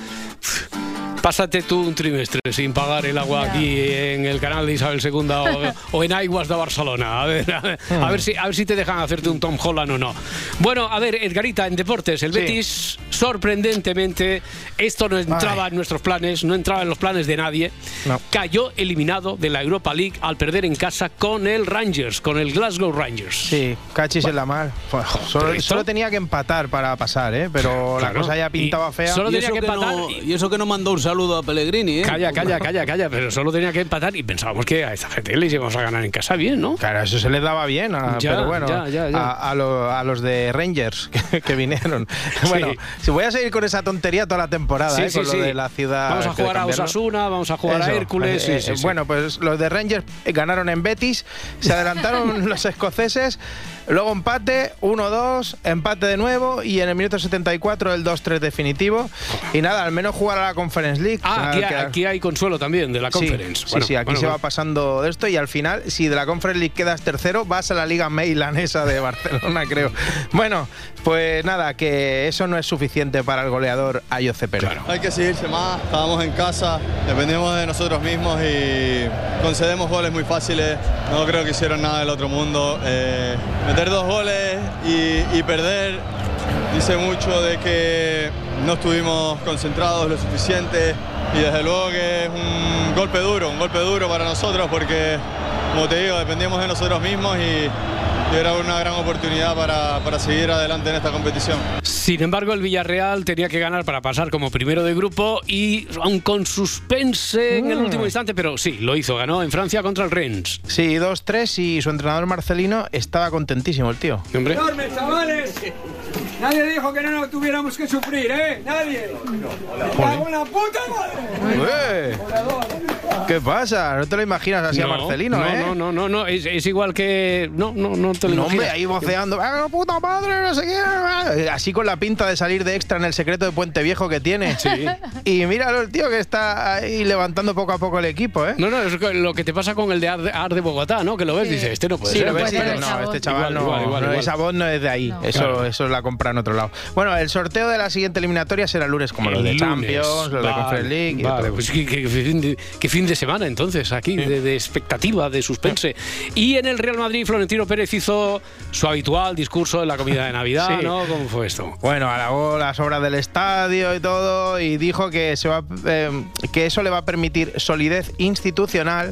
Pásate tú un trimestre sin pagar el agua yeah. aquí en el canal de Isabel segunda o, o en Aigües de Barcelona. A ver, a, ver, a, ver si, a ver si te dejan hacerte un Tom Holland o no. Bueno, a ver, Edgarita, en deportes, el sí. Betis, sorprendentemente, esto no entraba Ay. en nuestros planes, no entraba en los planes de nadie. No. Cayó eliminado de la Europa League al perder en casa con el Rangers, con el Glasgow Rangers. Sí, cachis bueno. en la mar. Solo, solo tenía que empatar para pasar, ¿eh? Pero claro. la cosa ya pintaba fea. Solo y tenía que, que empatar. No, y, y eso que no mandó un saludo a Pellegrini, ¿eh? Calla, calla, calla, calla, pero solo tenía que empatar y pensábamos que a esta gente les íbamos a ganar en casa bien, ¿no? Claro, eso se les daba bien, a, ya, pero bueno, ya, ya, ya. A, a, lo, a los de Rangers que, que vinieron. Bueno, sí. si voy a seguir con esa tontería toda la temporada, sí, ¿eh? Con sí, lo sí. de la ciudad. Vamos a jugar a Osasuna, vamos a jugar eso. a Hércules. Eh, sí, eh, sí, bueno, sí. pues los de Rangers ganaron en Betis, se adelantaron los escoceses. Luego empate, uno dos, empate de nuevo y en el minuto setenta y cuatro el dos tres definitivo. Y nada, al menos jugar a la Conference League. Ah, aquí, quedar... aquí hay consuelo también de la Conference. Sí, bueno, sí, sí, aquí bueno, se bueno. va pasando de esto y al final, si de la Conference League quedas tercero, vas a la Liga Meilanesa de Barcelona, creo. Bueno, pues nada, que eso no es suficiente para el goleador Ayoce Pérez. Claro. Hay que seguirse más, estábamos en casa, dependemos de nosotros mismos y concedemos goles muy fáciles. No creo que hicieron nada del otro mundo. Eh, meter dos goles Y, y perder dice mucho de que no estuvimos concentrados lo suficiente y desde luego que es un golpe duro, un golpe duro para nosotros porque, como te digo, dependíamos de nosotros mismos y, y era una gran oportunidad para, para seguir adelante en esta competición. Sin embargo, el Villarreal tenía que ganar para pasar como primero de grupo y aun con suspense mm. en el último instante, pero sí, lo hizo, ganó en Francia contra el Rennes. Sí, dos tres y su entrenador Marcelino estaba contentísimo el tío. ¿Hombre? ¡Enorme, chavales! Nadie dijo que no nos tuviéramos que sufrir, ¿eh? Nadie. ¡Cago en la puta madre! ¿Qué pasa? No te lo imaginas así no, a Marcelino, no, ¿eh? No, no, no, no, es, es igual que... No, no, no te lo no, imaginas. Hombre, ahí voceando, ¡ah, puta madre, no sé qué! Así con la pinta de salir de extra en El secreto de Puente Viejo que tiene. Sí. Y míralo el tío que está ahí levantando poco a poco el equipo, ¿eh? No, no, es lo que te pasa con el de Ar de, Ar de Bogotá, ¿no? Que lo ves y sí. dices, este no puede sí, ser. Lo ves, no, sí, no, este chaval igual, no, igual, igual, no igual. esa voz no es de ahí. No. Eso, claro. eso la compra en otro lado. Bueno, el sorteo de la siguiente eliminatoria será el lunes, como el los de lunes. Champions, los vale, de Conference League. Y vale, pues qué, qué, fin de, qué fin de semana entonces aquí, sí. de, de expectativa, de suspense. Sí. Y en el Real Madrid, Florentino Pérez hizo su habitual discurso en la comida de Navidad, sí. ¿no? ¿Cómo fue esto? Bueno, alabó las obras del estadio y todo, y dijo que, se va, eh, que eso le va a permitir solidez institucional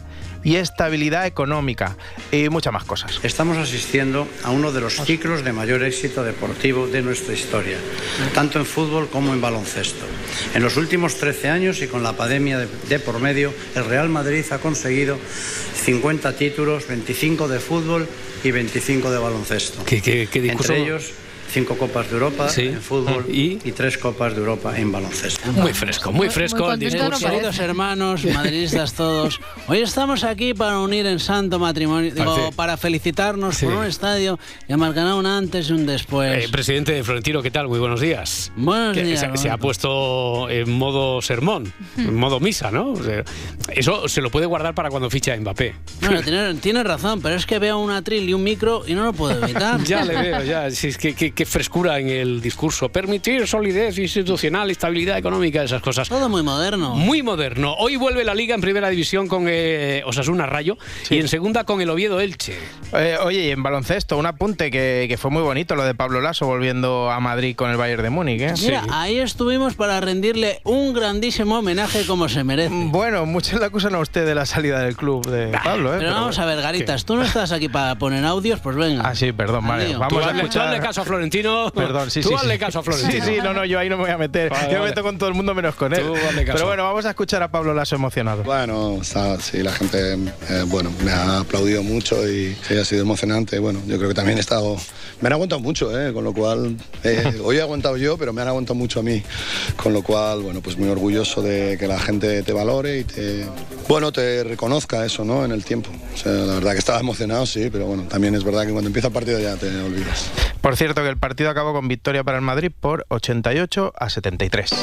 y estabilidad económica y muchas más cosas. Estamos asistiendo a uno de los ciclos de mayor éxito deportivo de nuestra historia, tanto en fútbol como en baloncesto. En los últimos trece años y con la pandemia de, de por medio, el Real Madrid ha conseguido cincuenta títulos, veinticinco de fútbol y veinticinco de baloncesto. ¿Qué, qué, qué discurso? Entre ellos, cinco Copas de Europa sí. en fútbol ¿Y? y tres Copas de Europa en baloncesto. Muy fresco, muy fresco muy el discurso. Queridos hermanos, madridistas todos, hoy estamos aquí para unir en santo matrimonio, digo, para felicitarnos sí. por un estadio que marcará un antes y un después. Eh, presidente Florentino, ¿qué tal? Muy buenos días. Buenos que días. Se, se ha puesto en modo sermón, en modo misa, ¿no? O sea, eso se lo puede guardar para cuando ficha a Mbappé. Bueno, tiene, tiene razón, pero es que veo un atril y un micro y no lo puedo evitar. Ya le veo, ya. Si es que, que qué frescura en el discurso. Permitir solidez institucional, estabilidad económica, esas cosas. Todo muy moderno. Muy moderno. Hoy vuelve la Liga en primera división con eh, Osasuna Rayo sí. y en segunda con el Oviedo Elche. Eh, oye, y en baloncesto, un apunte que, que fue muy bonito, lo de Pablo Laso volviendo a Madrid con el Bayern de Múnich. ¿eh? Mira, sí. ahí estuvimos para rendirle un grandísimo homenaje como se merece. Bueno, muchos le acusan a usted de la salida del club de bah, Pablo. ¿eh? Pero, pero vamos a ver, Garitas, ¿qué? Tú no estás aquí para poner audios, pues venga. Ah, sí, perdón, vale. Vamos tú a escuchar. Tú hazle caso a Florentino. Perdón, sí, tú sí. hazle sí. caso a Florentino. Sí, sí, no, no, yo ahí no me voy a meter. Vale, yo me vale. meto con todo el mundo menos con él. Pero bueno, vamos a escuchar a Pablo Laso emocionado. Bueno, o sea, sí, la gente, eh, bueno, me ha aplaudido mucho y sí, ha sido emocionante. Bueno, yo creo que también he estado, me han aguantado mucho, eh, con lo cual, eh, hoy he aguantado yo, pero me han aguantado mucho a mí. Con lo cual, bueno, pues muy orgulloso de que la gente te valore y te, bueno, te reconozca eso, ¿no? En el tiempo. O sea, la verdad que estaba emocionado, sí, pero bueno, también es verdad que cuando empieza el partido ya te olvidas. Por cierto, que el partido acabó con victoria para el Madrid por ochenta y ocho a setenta y tres.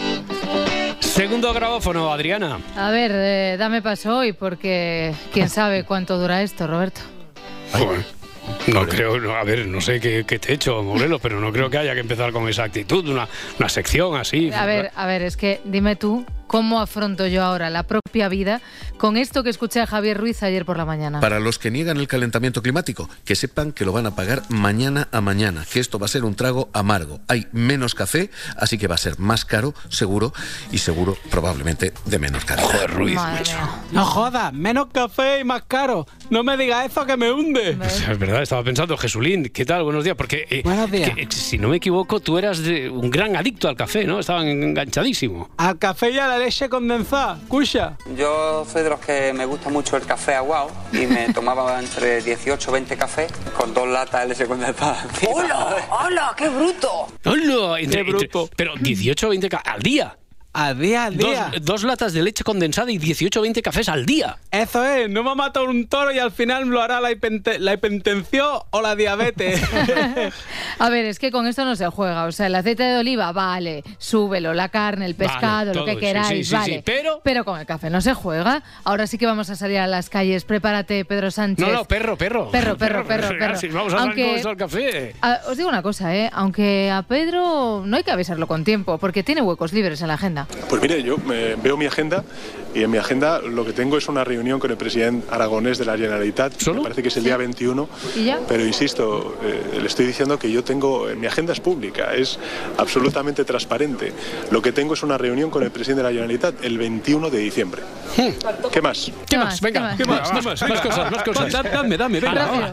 Segundo grabófono, Adriana. A ver, eh, dame paso hoy porque quién sabe cuánto dura esto, Roberto. Joder. No creo, no, a ver, no sé qué, qué te he hecho, Morelos, pero no creo que haya que empezar con esa actitud, una, una sección así. A ver, a ver, es que dime tú, ¿cómo afronto yo ahora la propia vida con esto que escuché a Javier Ruiz ayer por la mañana? Para los que niegan el calentamiento climático, que sepan que lo van a pagar mañana a mañana, que esto va a ser un trago amargo. Hay menos café, así que va a ser más caro, seguro, y seguro probablemente de menos calidad. Joder, Ruiz, macho. No jodas, menos café y más caro. No me digas eso que me hunde. Es verdad, estaba pensando, Jesulín, ¿qué tal? Buenos días, porque eh, Buenos días. Que, si no me equivoco, tú eras de un gran adicto al café, ¿no? Estaban enganchadísimo. Al café y a la leche condensada, escucha. Yo soy de los que me gusta mucho el café aguado y me tomaba entre dieciocho o veinte cafés con dos latas de leche condensada. ¡Hola! ¡Hola! ¡Qué bruto! ¡Hola! Entre, ¡Qué bruto! Entre, pero dieciocho o veinte al día. Al día, al día. Dos, dos latas de leche condensada y dieciocho o veinte cafés al día. Eso es, no me ha matado un toro y al final lo hará la, hipente, la hipertensión o la diabetes. A ver, es que con esto no se juega. O sea, el aceite de oliva, vale, súbelo, la carne, el pescado, vale, lo que todo, queráis, sí, sí, vale. Sí, pero... pero con el café no se juega. Ahora sí que vamos a salir a las calles. Prepárate, Pedro Sánchez. No, no, perro, perro. Perro, perro, perro, perro. perro. Sí, vamos a Aunque, salir con eso al café. A, os digo una cosa, ¿eh? Aunque a Pedro no hay que avisarlo con tiempo, porque tiene huecos libres en la agenda. Pues mire, yo me veo mi agenda y en mi agenda lo que tengo es una reunión con el presidente aragonés de la Generalitat. ¿Solo? Me parece que es el día veintiuno. ¿Y ya? Pero insisto, eh, le estoy diciendo que yo tengo, mi agenda es pública, es absolutamente transparente. Lo que tengo es una reunión con el presidente de la Generalitat el veintiuno de diciembre. Hmm. ¿Qué más? ¿Qué más? Venga, ¿qué más? ¿Qué más? Más cosas, más cosas. Dame, dame, venga.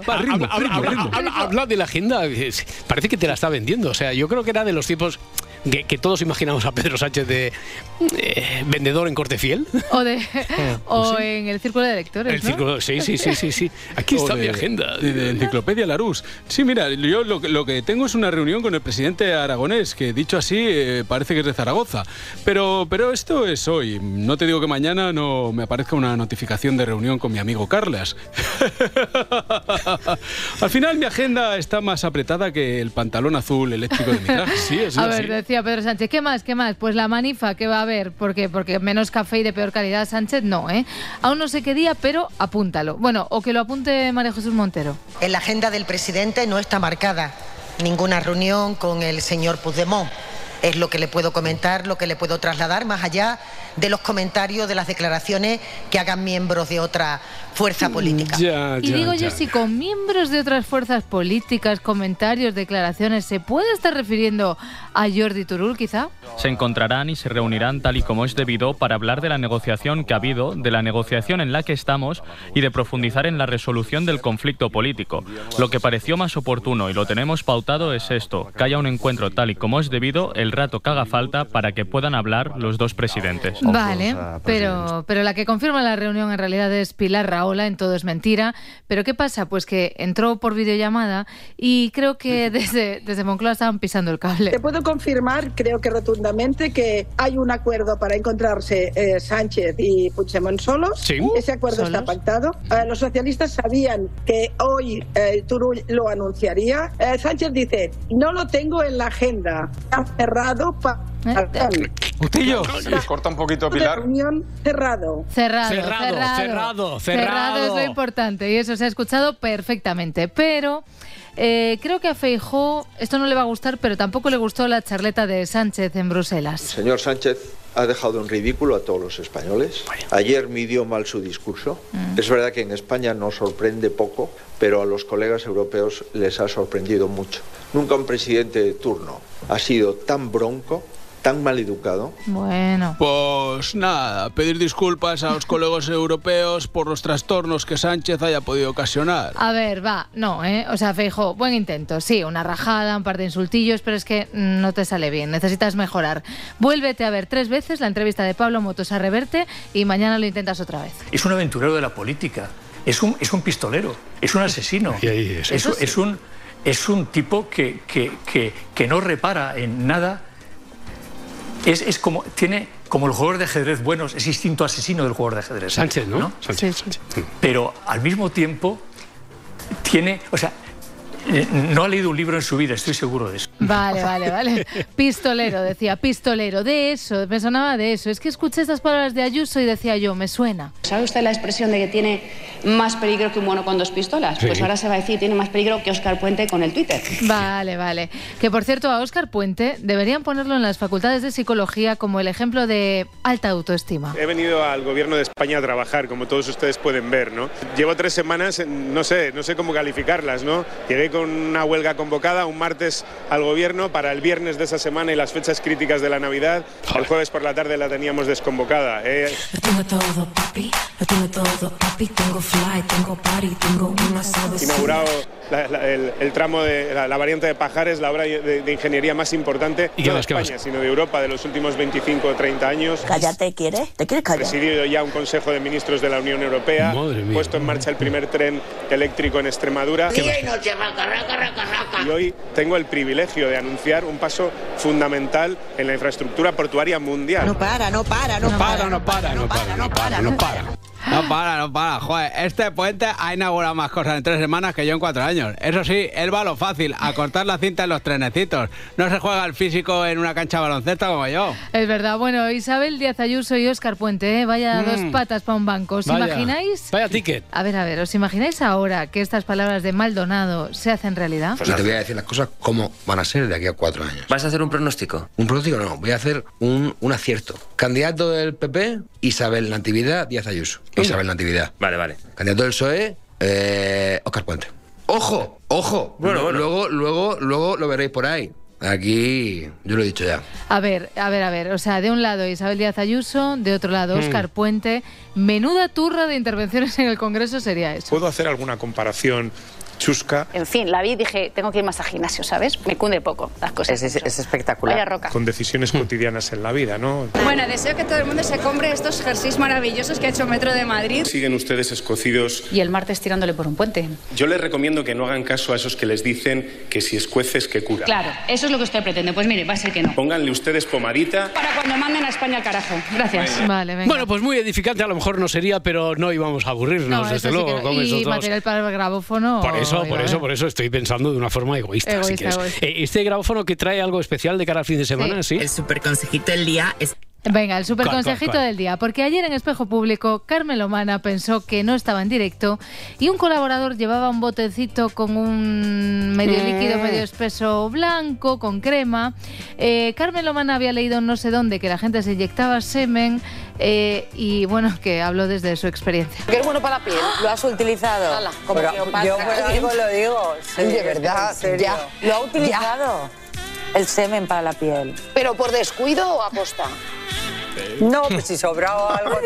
Habla de la agenda. Parece que te la está vendiendo. O sea, yo creo que era de los tipos que, que todos imaginamos a Pedro Sánchez de eh, vendedor en Corte Fiel. O, de, o sí. en el círculo de lectores, el ¿no? Círculo, sí, sí, sí, sí, sí. Aquí está de, mi agenda. De, de Enciclopedia Larousse. Sí, mira, yo lo, lo que tengo es una reunión con el presidente aragonés, que dicho así eh, parece que es de Zaragoza. Pero, pero esto es hoy. No te digo que mañana no me aparezca una notificación de reunión con mi amigo Carlas. Al final mi agenda está más apretada que el pantalón azul eléctrico de mi traje. Sí, es a así. ver, decía Pedro Sánchez, ¿qué más? ¿Qué más? Pues la manifa, ¿qué va a haber? ¿Por qué? Porque menos café y de peor calidad, Sánchez, no, ¿eh? Aún no sé qué día, pero apúntalo. Bueno, o que lo apunte María Jesús Montero. En la agenda del presidente no está marcada ninguna reunión con el señor Puigdemont. Es lo que le puedo comentar, lo que le puedo trasladar, más allá de los comentarios, de las declaraciones que hagan miembros de otra fuerza política. Ya, ya, y digo ya. yo, si con miembros de otras fuerzas políticas, comentarios, declaraciones, ¿se puede estar refiriendo a Jordi Turull, quizá? Se encontrarán y se reunirán tal y como es debido para hablar de la negociación que ha habido, de la negociación en la que estamos y de profundizar en la resolución del conflicto político. Lo que pareció más oportuno y lo tenemos pautado es esto, que haya un encuentro tal y como es debido el rato que haga falta para que puedan hablar los dos presidentes. Vale, pero, pero la que confirma la reunión en realidad es Pilar Rahola, en Todo es Mentira. ¿Pero qué pasa? Pues que entró por videollamada y creo que desde, desde Moncloa estaban pisando el cable. Te puedo confirmar, creo que rotundamente, que hay un acuerdo para encontrarse eh, Sánchez y Puigdemont solos. ¿Sí? Ese acuerdo ¿Solos? está pactado. Eh, los socialistas sabían que hoy eh, Turull lo anunciaría. Eh, Sánchez dice, no lo tengo en la agenda. Está cerrado para... Justillo. Se les corta un poquito, Pilar. Reunión cerrado. Cerrado, cerrado, cerrado, cerrado, cerrado. Cerrado es lo importante y eso se ha escuchado perfectamente. Pero eh, creo que a Feijóo esto no le va a gustar, pero tampoco le gustó la charleta de Sánchez en Bruselas. Señor Sánchez ha dejado en ridículo a todos los españoles. Ayer midió mal su discurso. Mm. Es verdad que en España nos sorprende poco, pero a los colegas europeos les ha sorprendido mucho. Nunca un presidente de turno ha sido tan bronco, tan mal educado. Bueno. Pues nada, pedir disculpas a los colegas europeos por los trastornos que Sánchez haya podido ocasionar. A ver, va, no, ¿eh? O sea, Feijóo, buen intento, sí, una rajada, un par de insultillos, pero es que no te sale bien, necesitas mejorar. Vuélvete a ver tres veces la entrevista de Pablo Motos a Reverte y mañana lo intentas otra vez. Es un aventurero de la política, es un, es un pistolero, es un asesino, y ahí es, es, es, es, un, es un tipo que, que, que, que no repara en nada. Es, es como, tiene como el jugador de ajedrez bueno, es instinto asesino del jugador de ajedrez. Sánchez, ¿no? ¿no? Sánchez, Sánchez. Pero al mismo tiempo tiene, o sea, no ha leído un libro en su vida, estoy seguro de eso. Vale, vale, vale. Pistolero, decía, pistolero. De eso, me sonaba de eso. Es que escuché estas palabras de Ayuso y decía yo, me suena. ¿Sabe usted la expresión de que tiene más peligro que un mono con dos pistolas? Sí. Pues ahora se va a decir, tiene más peligro que Óscar Puente con el Twitter. Vale, vale. Que por cierto, a Óscar Puente deberían ponerlo en las facultades de psicología como el ejemplo de alta autoestima. He venido al gobierno de España a trabajar, como todos ustedes pueden ver, ¿no? Llevo tres semanas, no sé, no sé cómo calificarlas, ¿no? Llegué con una huelga convocada un martes al gobierno para el viernes de esa semana y las fechas críticas de la Navidad. El jueves por la tarde la teníamos desconvocada. Eh. Lo tengo todo, papi, lo tengo todo, papi, tengo fly, tengo party, tengo una suave. Inaugurado la, la, el, el tramo de la, la variante de Pajares, la obra de, de ingeniería más importante no de España, sino de Europa de los últimos veinticinco o treinta años. Cállate, ¿quieres? ¿Te quieres callar? Presidido ya un Consejo de Ministros de la Unión Europea, puesto en marcha el primer tren eléctrico en Extremadura. Día y noche, raca, raca, raca, raca. Y hoy tengo el privilegio de anunciar un paso fundamental en la infraestructura portuaria mundial. No para, no para, no para, no para, no para, no para, no para. No para, no para, joder, este puente ha inaugurado más cosas en tres semanas que yo en cuatro años. Eso sí, él va a lo fácil, a cortar la cinta en los trenecitos. No se juega el físico en una cancha de baloncesto como yo. Es verdad, bueno, Isabel Díaz Ayuso y Óscar Puente, ¿eh? Vaya mm. dos patas para un banco. ¿Os vaya, imagináis? Vaya ticket. A ver, a ver, ¿os imagináis ahora que estas palabras de Maldonado se hacen realidad? Pues te voy a decir las cosas como van a ser de aquí a cuatro años. ¿Vas a hacer un pronóstico? Un pronóstico no, voy a hacer un, un acierto. Candidato del P P, Isabel Natividad Díaz Ayuso. Isabel Natividad. Vale, vale. Candidato del P S O E, eh, Óscar Puente. ¡Ojo! ¡Ojo! Bueno, bueno. Luego, luego, luego lo veréis por ahí. Aquí, yo lo he dicho ya. A ver, a ver, a ver. O sea, de un lado Isabel Díaz Ayuso, de otro lado Óscar mm. Puente. Menuda turra de intervenciones en el Congreso sería eso. ¿Puedo hacer alguna comparación chusca? En fin, la vi, dije, tengo que ir más al gimnasio, ¿sabes? Me cunde poco las cosas. Es, es, es espectacular. Vaya roca. Con decisiones cotidianas en la vida, ¿no? Bueno, deseo que todo el mundo se compre estos jerseys maravillosos que ha hecho Metro de Madrid. Siguen ustedes escocidos. Y el martes tirándole por un puente. Yo les recomiendo que no hagan caso a esos que les dicen que si escueces, que cura. Claro, eso es lo que usted pretende. Pues mire, va a ser que no. Pónganle ustedes pomadita. Para cuando manden a España al carajo. Gracias. Venga. Vale, venga. Bueno, pues muy edificante a lo mejor no sería, pero no íbamos a aburrirnos, no, desde sí luego. Que... Con y esos material dos. para el grabófono. Por eso, por eso, por eso estoy pensando de una forma egoísta. egoísta, si egoísta. Este grabófono que trae algo especial de cara al fin de semana, ¿sí? ¿sí? El super consejito del día es... Venga, el super ¿Cuál, consejito cuál, cuál? del día. Porque ayer en Espejo Público, Carmen Lomana pensó que no estaba en directo y un colaborador llevaba un botecito con un medio Mm. líquido, medio espeso blanco, con crema. Eh, Carmen Lomana había leído no sé dónde que la gente se inyectaba semen eh, y bueno, que habló desde su experiencia. Que es bueno para la piel. ¿Lo has utilizado? Como Pero Cleopatra. yo por algo lo digo. Sí, de verdad, en serio. ya. ¿Lo ha utilizado? El semen para la piel. ¿Pero por descuido o aposta? No, pues si sobraba algo,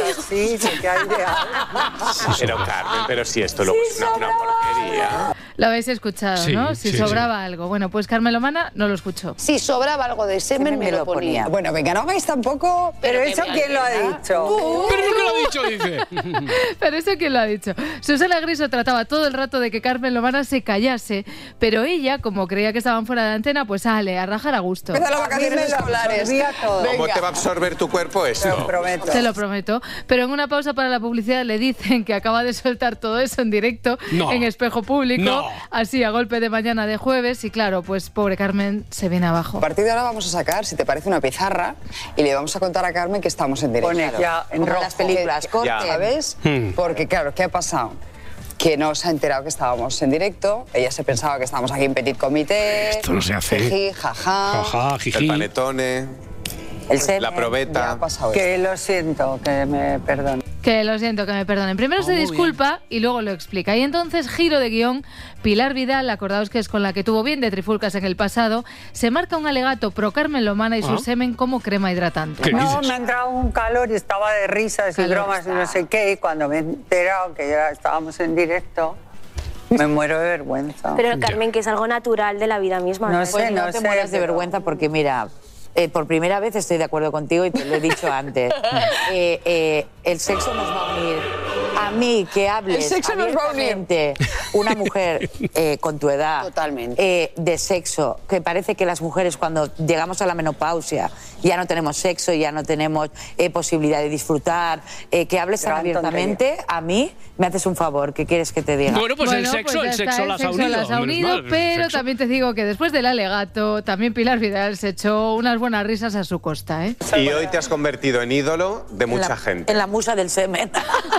sí, sí que hay de algo. Pero Carmen, pero si esto luego es una, una porquería. Lo habéis escuchado, Sí, ¿no? Si sí, sobraba algo. Bueno, pues Carmen Lomana no lo escuchó. Si sobraba algo de semen, me, lo ponía. Bueno, venga, no hagáis tampoco... Pero, Pero eso, que me ¿quién lo ha alegra. dicho? Uh. Pero eso que lo ha dicho, dice. Pero eso quién lo ha dicho. Susana Griso trataba todo el rato de que Carmen Lomana se callase, pero ella, como creía que estaban fuera de antena, pues sale a rajar a gusto. Empieza las vacaciones escolares. ¿Cómo te va a absorber tu cuerpo eso? Te lo prometo. Te lo prometo. Pero en una pausa para la publicidad le dicen que acaba de soltar todo eso en directo No. en Espejo Público, No. así a golpe de mañana de jueves, y claro, pues pobre Carmen se viene abajo. A partir de ahora vamos a sacar, si te parece, una pizarra y le vamos a contar a Carmen que estamos en directo. Pone ya en Como rojo. las películas, Que- corte, ya. ¿sabes? Hmm. Porque claro, ¿qué ha pasado? Que no se ha enterado que estábamos en directo, ella se pensaba que estábamos aquí en petit comité. Esto no se hace. Jiji, jaja. Jaja, jiji. El panetone. El semen, la probeta. ya ha pasado Que esto. lo siento, que me perdonen. Que lo siento, que me perdonen. Primero Oh, se muy disculpa y luego lo explica. Y entonces, giro de guión, Pilar Vidal, acordaos que es con la que tuvo bien de trifulcas en el pasado, se marca un alegato pro Carmen Lomana y su Ah. semen como crema hidratante. No, me ha entrado un calor y estaba de risas y Calor bromas y no sé qué. Y cuando me he enterado que ya estábamos en directo, me muero de vergüenza. Pero Carmen, que es algo natural de la vida misma. No ¿no? sé, Pues no te sé, mueras de pero- vergüenza porque Mira, eh, por primera vez estoy de acuerdo contigo y te lo he dicho antes. Eh, eh, el sexo nos va a unir. A mí, que hables El sexo nos va a unir. abiertamente, una mujer eh, con tu edad, eh, de sexo, que parece que las mujeres cuando llegamos a la menopausia ya no tenemos sexo, ya no tenemos eh, posibilidad de disfrutar, eh, que hables tan Gran abiertamente, a mí me haces un favor, ¿qué quieres que te diga? Bueno, pues el sexo, ya el sexo está, las el ha sexo unido. las ha menos unido, mal, el pero sexo. también te digo que después del alegato, también Pilar Vidal se echó unas buenas risas a su costa, ¿eh? Y hoy te has convertido en ídolo de En mucha la- gente. En la musa del semen.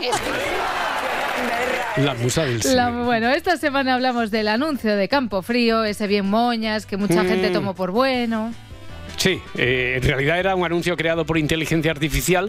La musa del La- semen. bueno, esta semana hablamos del anuncio de Campo Frío, ese bien moñas que mucha Mm. gente tomó por bueno. Sí, eh, en realidad era un anuncio creado por inteligencia artificial.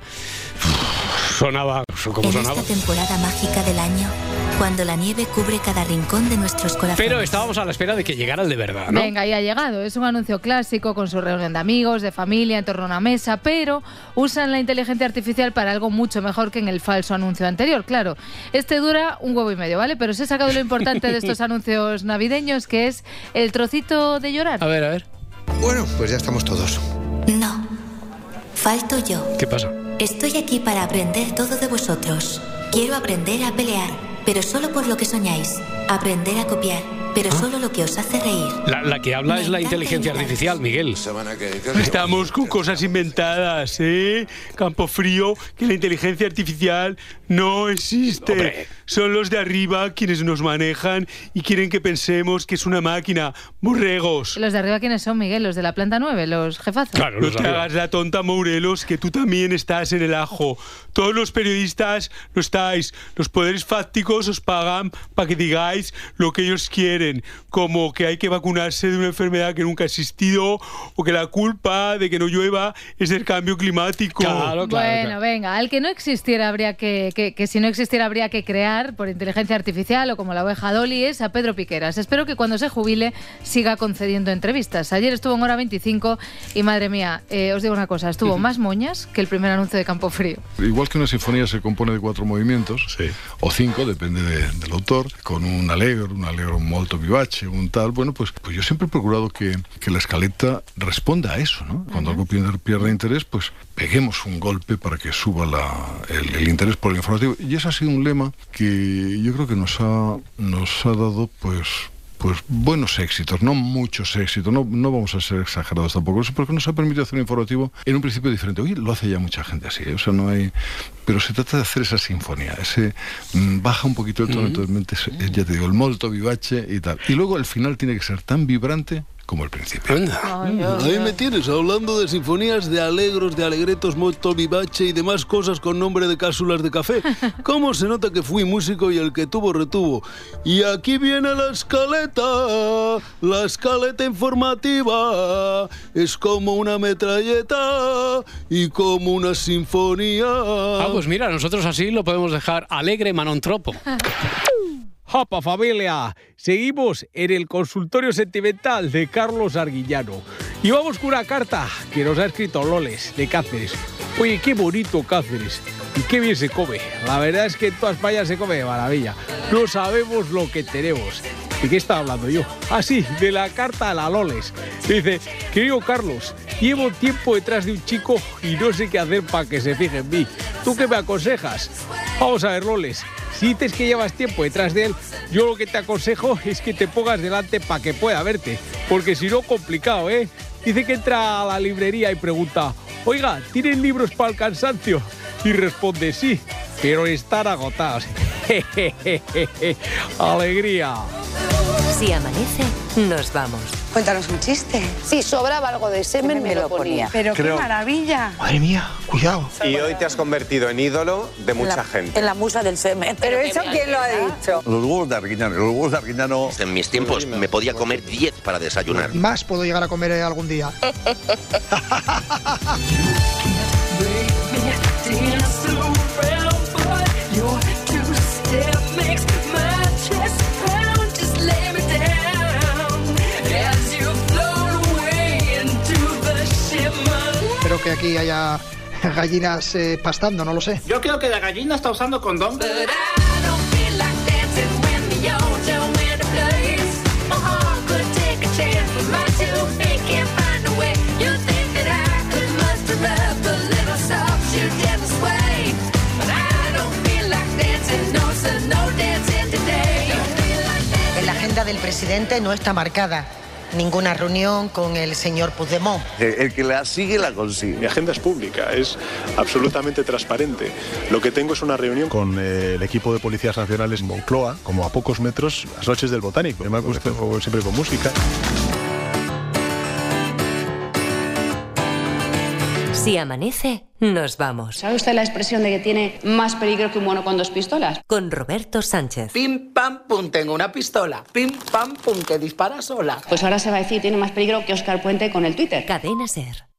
Uf, sonaba como En sonaba. esta temporada mágica del año, cuando la nieve cubre cada rincón de nuestros corazones. Pero estábamos a la espera de que llegara el de verdad, ¿no? Venga, ya ha llegado. Es un anuncio clásico con su reunión de amigos, de familia, en torno a una mesa, pero usan la inteligencia artificial para algo mucho mejor que en el falso anuncio anterior. Claro, este dura un huevo y medio, ¿vale? Pero se ha sacado lo importante de estos anuncios navideños, que es el trocito de llorar. A ver, a ver. Bueno, pues ya estamos todos. No, falto yo. ¿Qué pasa? Estoy aquí para aprender todo de vosotros. Quiero aprender a pelear, pero solo por lo que soñáis. Aprender a copiar, pero solo lo que os hace reír. La, la que habla es la inteligencia artificial, Miguel. Estamos con cosas inventadas, ¿eh? Campo Frío, que la inteligencia artificial no existe. Hombre. Son los de arriba quienes nos manejan y quieren que pensemos que es una máquina. Borregos. ¿Los de arriba quiénes son, Miguel? ¿Los de la planta nueve? ¿Los jefazos? No te hagas la tonta, Morelos, que tú también estás en el ajo. Todos los periodistas lo estáis. Los poderes fácticos os pagan para que digáis lo que ellos quieren, como que hay que vacunarse de una enfermedad que nunca ha existido o que la culpa de que no llueva es del cambio climático. Bueno, venga, al que no existiera habría que, que, que si no existiera habría que crear por inteligencia artificial o como la oveja Dolly es a Pedro Piqueras. Espero que cuando se jubile siga concediendo entrevistas. Ayer estuvo en Hora veinticinco y madre mía, eh, os digo una cosa, estuvo más moñas que el primer anuncio de Campo Frío. Igual que una sinfonía se compone de cuatro movimientos, o cinco, depende de- del autor, con un allegro, un allegro molto vivace, un tal, bueno, pues, pues yo siempre he procurado que, que la escaleta responda a eso, ¿no? Cuando algo pierde, pierde interés, pues peguemos un golpe para que suba la, el, el interés por el informativo. Y ese ha sido un lema que yo creo que nos ha, nos ha dado, pues... pues buenos éxitos, no muchos éxitos, no, no vamos a ser exagerados tampoco, eso porque nos ha permitido hacer un informativo en un principio diferente. Hoy lo hace ya mucha gente así, ¿eh? O sea, no hay... Pero se trata de hacer esa sinfonía, ese... mm, baja un poquito el tono, entonces, ya te digo, el molto vivace y tal. Y luego el final tiene que ser tan vibrante como el principio. Mm, ahí me tienes hablando de sinfonías de alegros, de alegretos, molto vivace y demás cosas con nombre de cápsulas de café. ¿Cómo se nota que fui músico y el que tuvo retuvo? Y aquí viene la escaleta, la escaleta informativa. Es como una metralleta y como una sinfonía. Ah, pues mira, nosotros así lo podemos dejar alegre manontropo. ¡Japa, familia! Seguimos en el consultorio sentimental de Carlos Arguillano. Y vamos con una carta que nos ha escrito Loles, de Cáceres. Oye, qué bonito Cáceres. Y qué bien se come. La verdad es que en toda España se come de maravilla. No sabemos lo que tenemos. ¿De qué estaba hablando yo? Ah, sí, de la carta a la Loles. Dice, querido Carlos, llevo tiempo detrás de un chico y no sé qué hacer para que se fije en mí. ¿Tú qué me aconsejas? Vamos a ver, Loles. Si dices que llevas tiempo detrás de él, yo lo que te aconsejo es que te pongas delante para que pueda verte. Porque si no, complicado, ¿eh? Dice que entra a la librería y pregunta, oiga, ¿tienen libros para el cansancio? Y responde, sí, pero están agotados. ¡Alegría! Si amanece, nos vamos. Cuéntanos un chiste. Si sobraba algo de semen, me, me lo ponía. Pero Creo... qué maravilla. Madre mía, cuidado. Y hoy te has convertido en ídolo de mucha la, gente. En la musa del semen. Pero, Pero eso, ¿quién lo ha dicho? Los huevos de Arguiñano. Los huevos de Arguiñano... En mis tiempos me podía comer diez para desayunar. Más puedo llegar a comer algún día. Espero que aquí haya gallinas eh, pastando, no lo sé. Yo creo que la gallina está usando condón. En la agenda del presidente no está marcada ninguna reunión con el señor Puigdemont. El que la sigue, la consigue. Mi agenda es pública, es absolutamente transparente. Lo que tengo es una reunión con eh, el equipo de policías nacionales en Moncloa, como a pocos metros, las noches del Botánico. Me ha gustado siempre con música. Si amanece, nos vamos. ¿Sabe usted la expresión de que tiene más peligro que un mono con dos pistolas? Con Roberto Sánchez. Pim, pam, pum, tengo una pistola. Pim, pam, pum, que dispara sola. Pues ahora se va a decir, tiene más peligro que Óscar Puente con el Twitter. Cadena SER.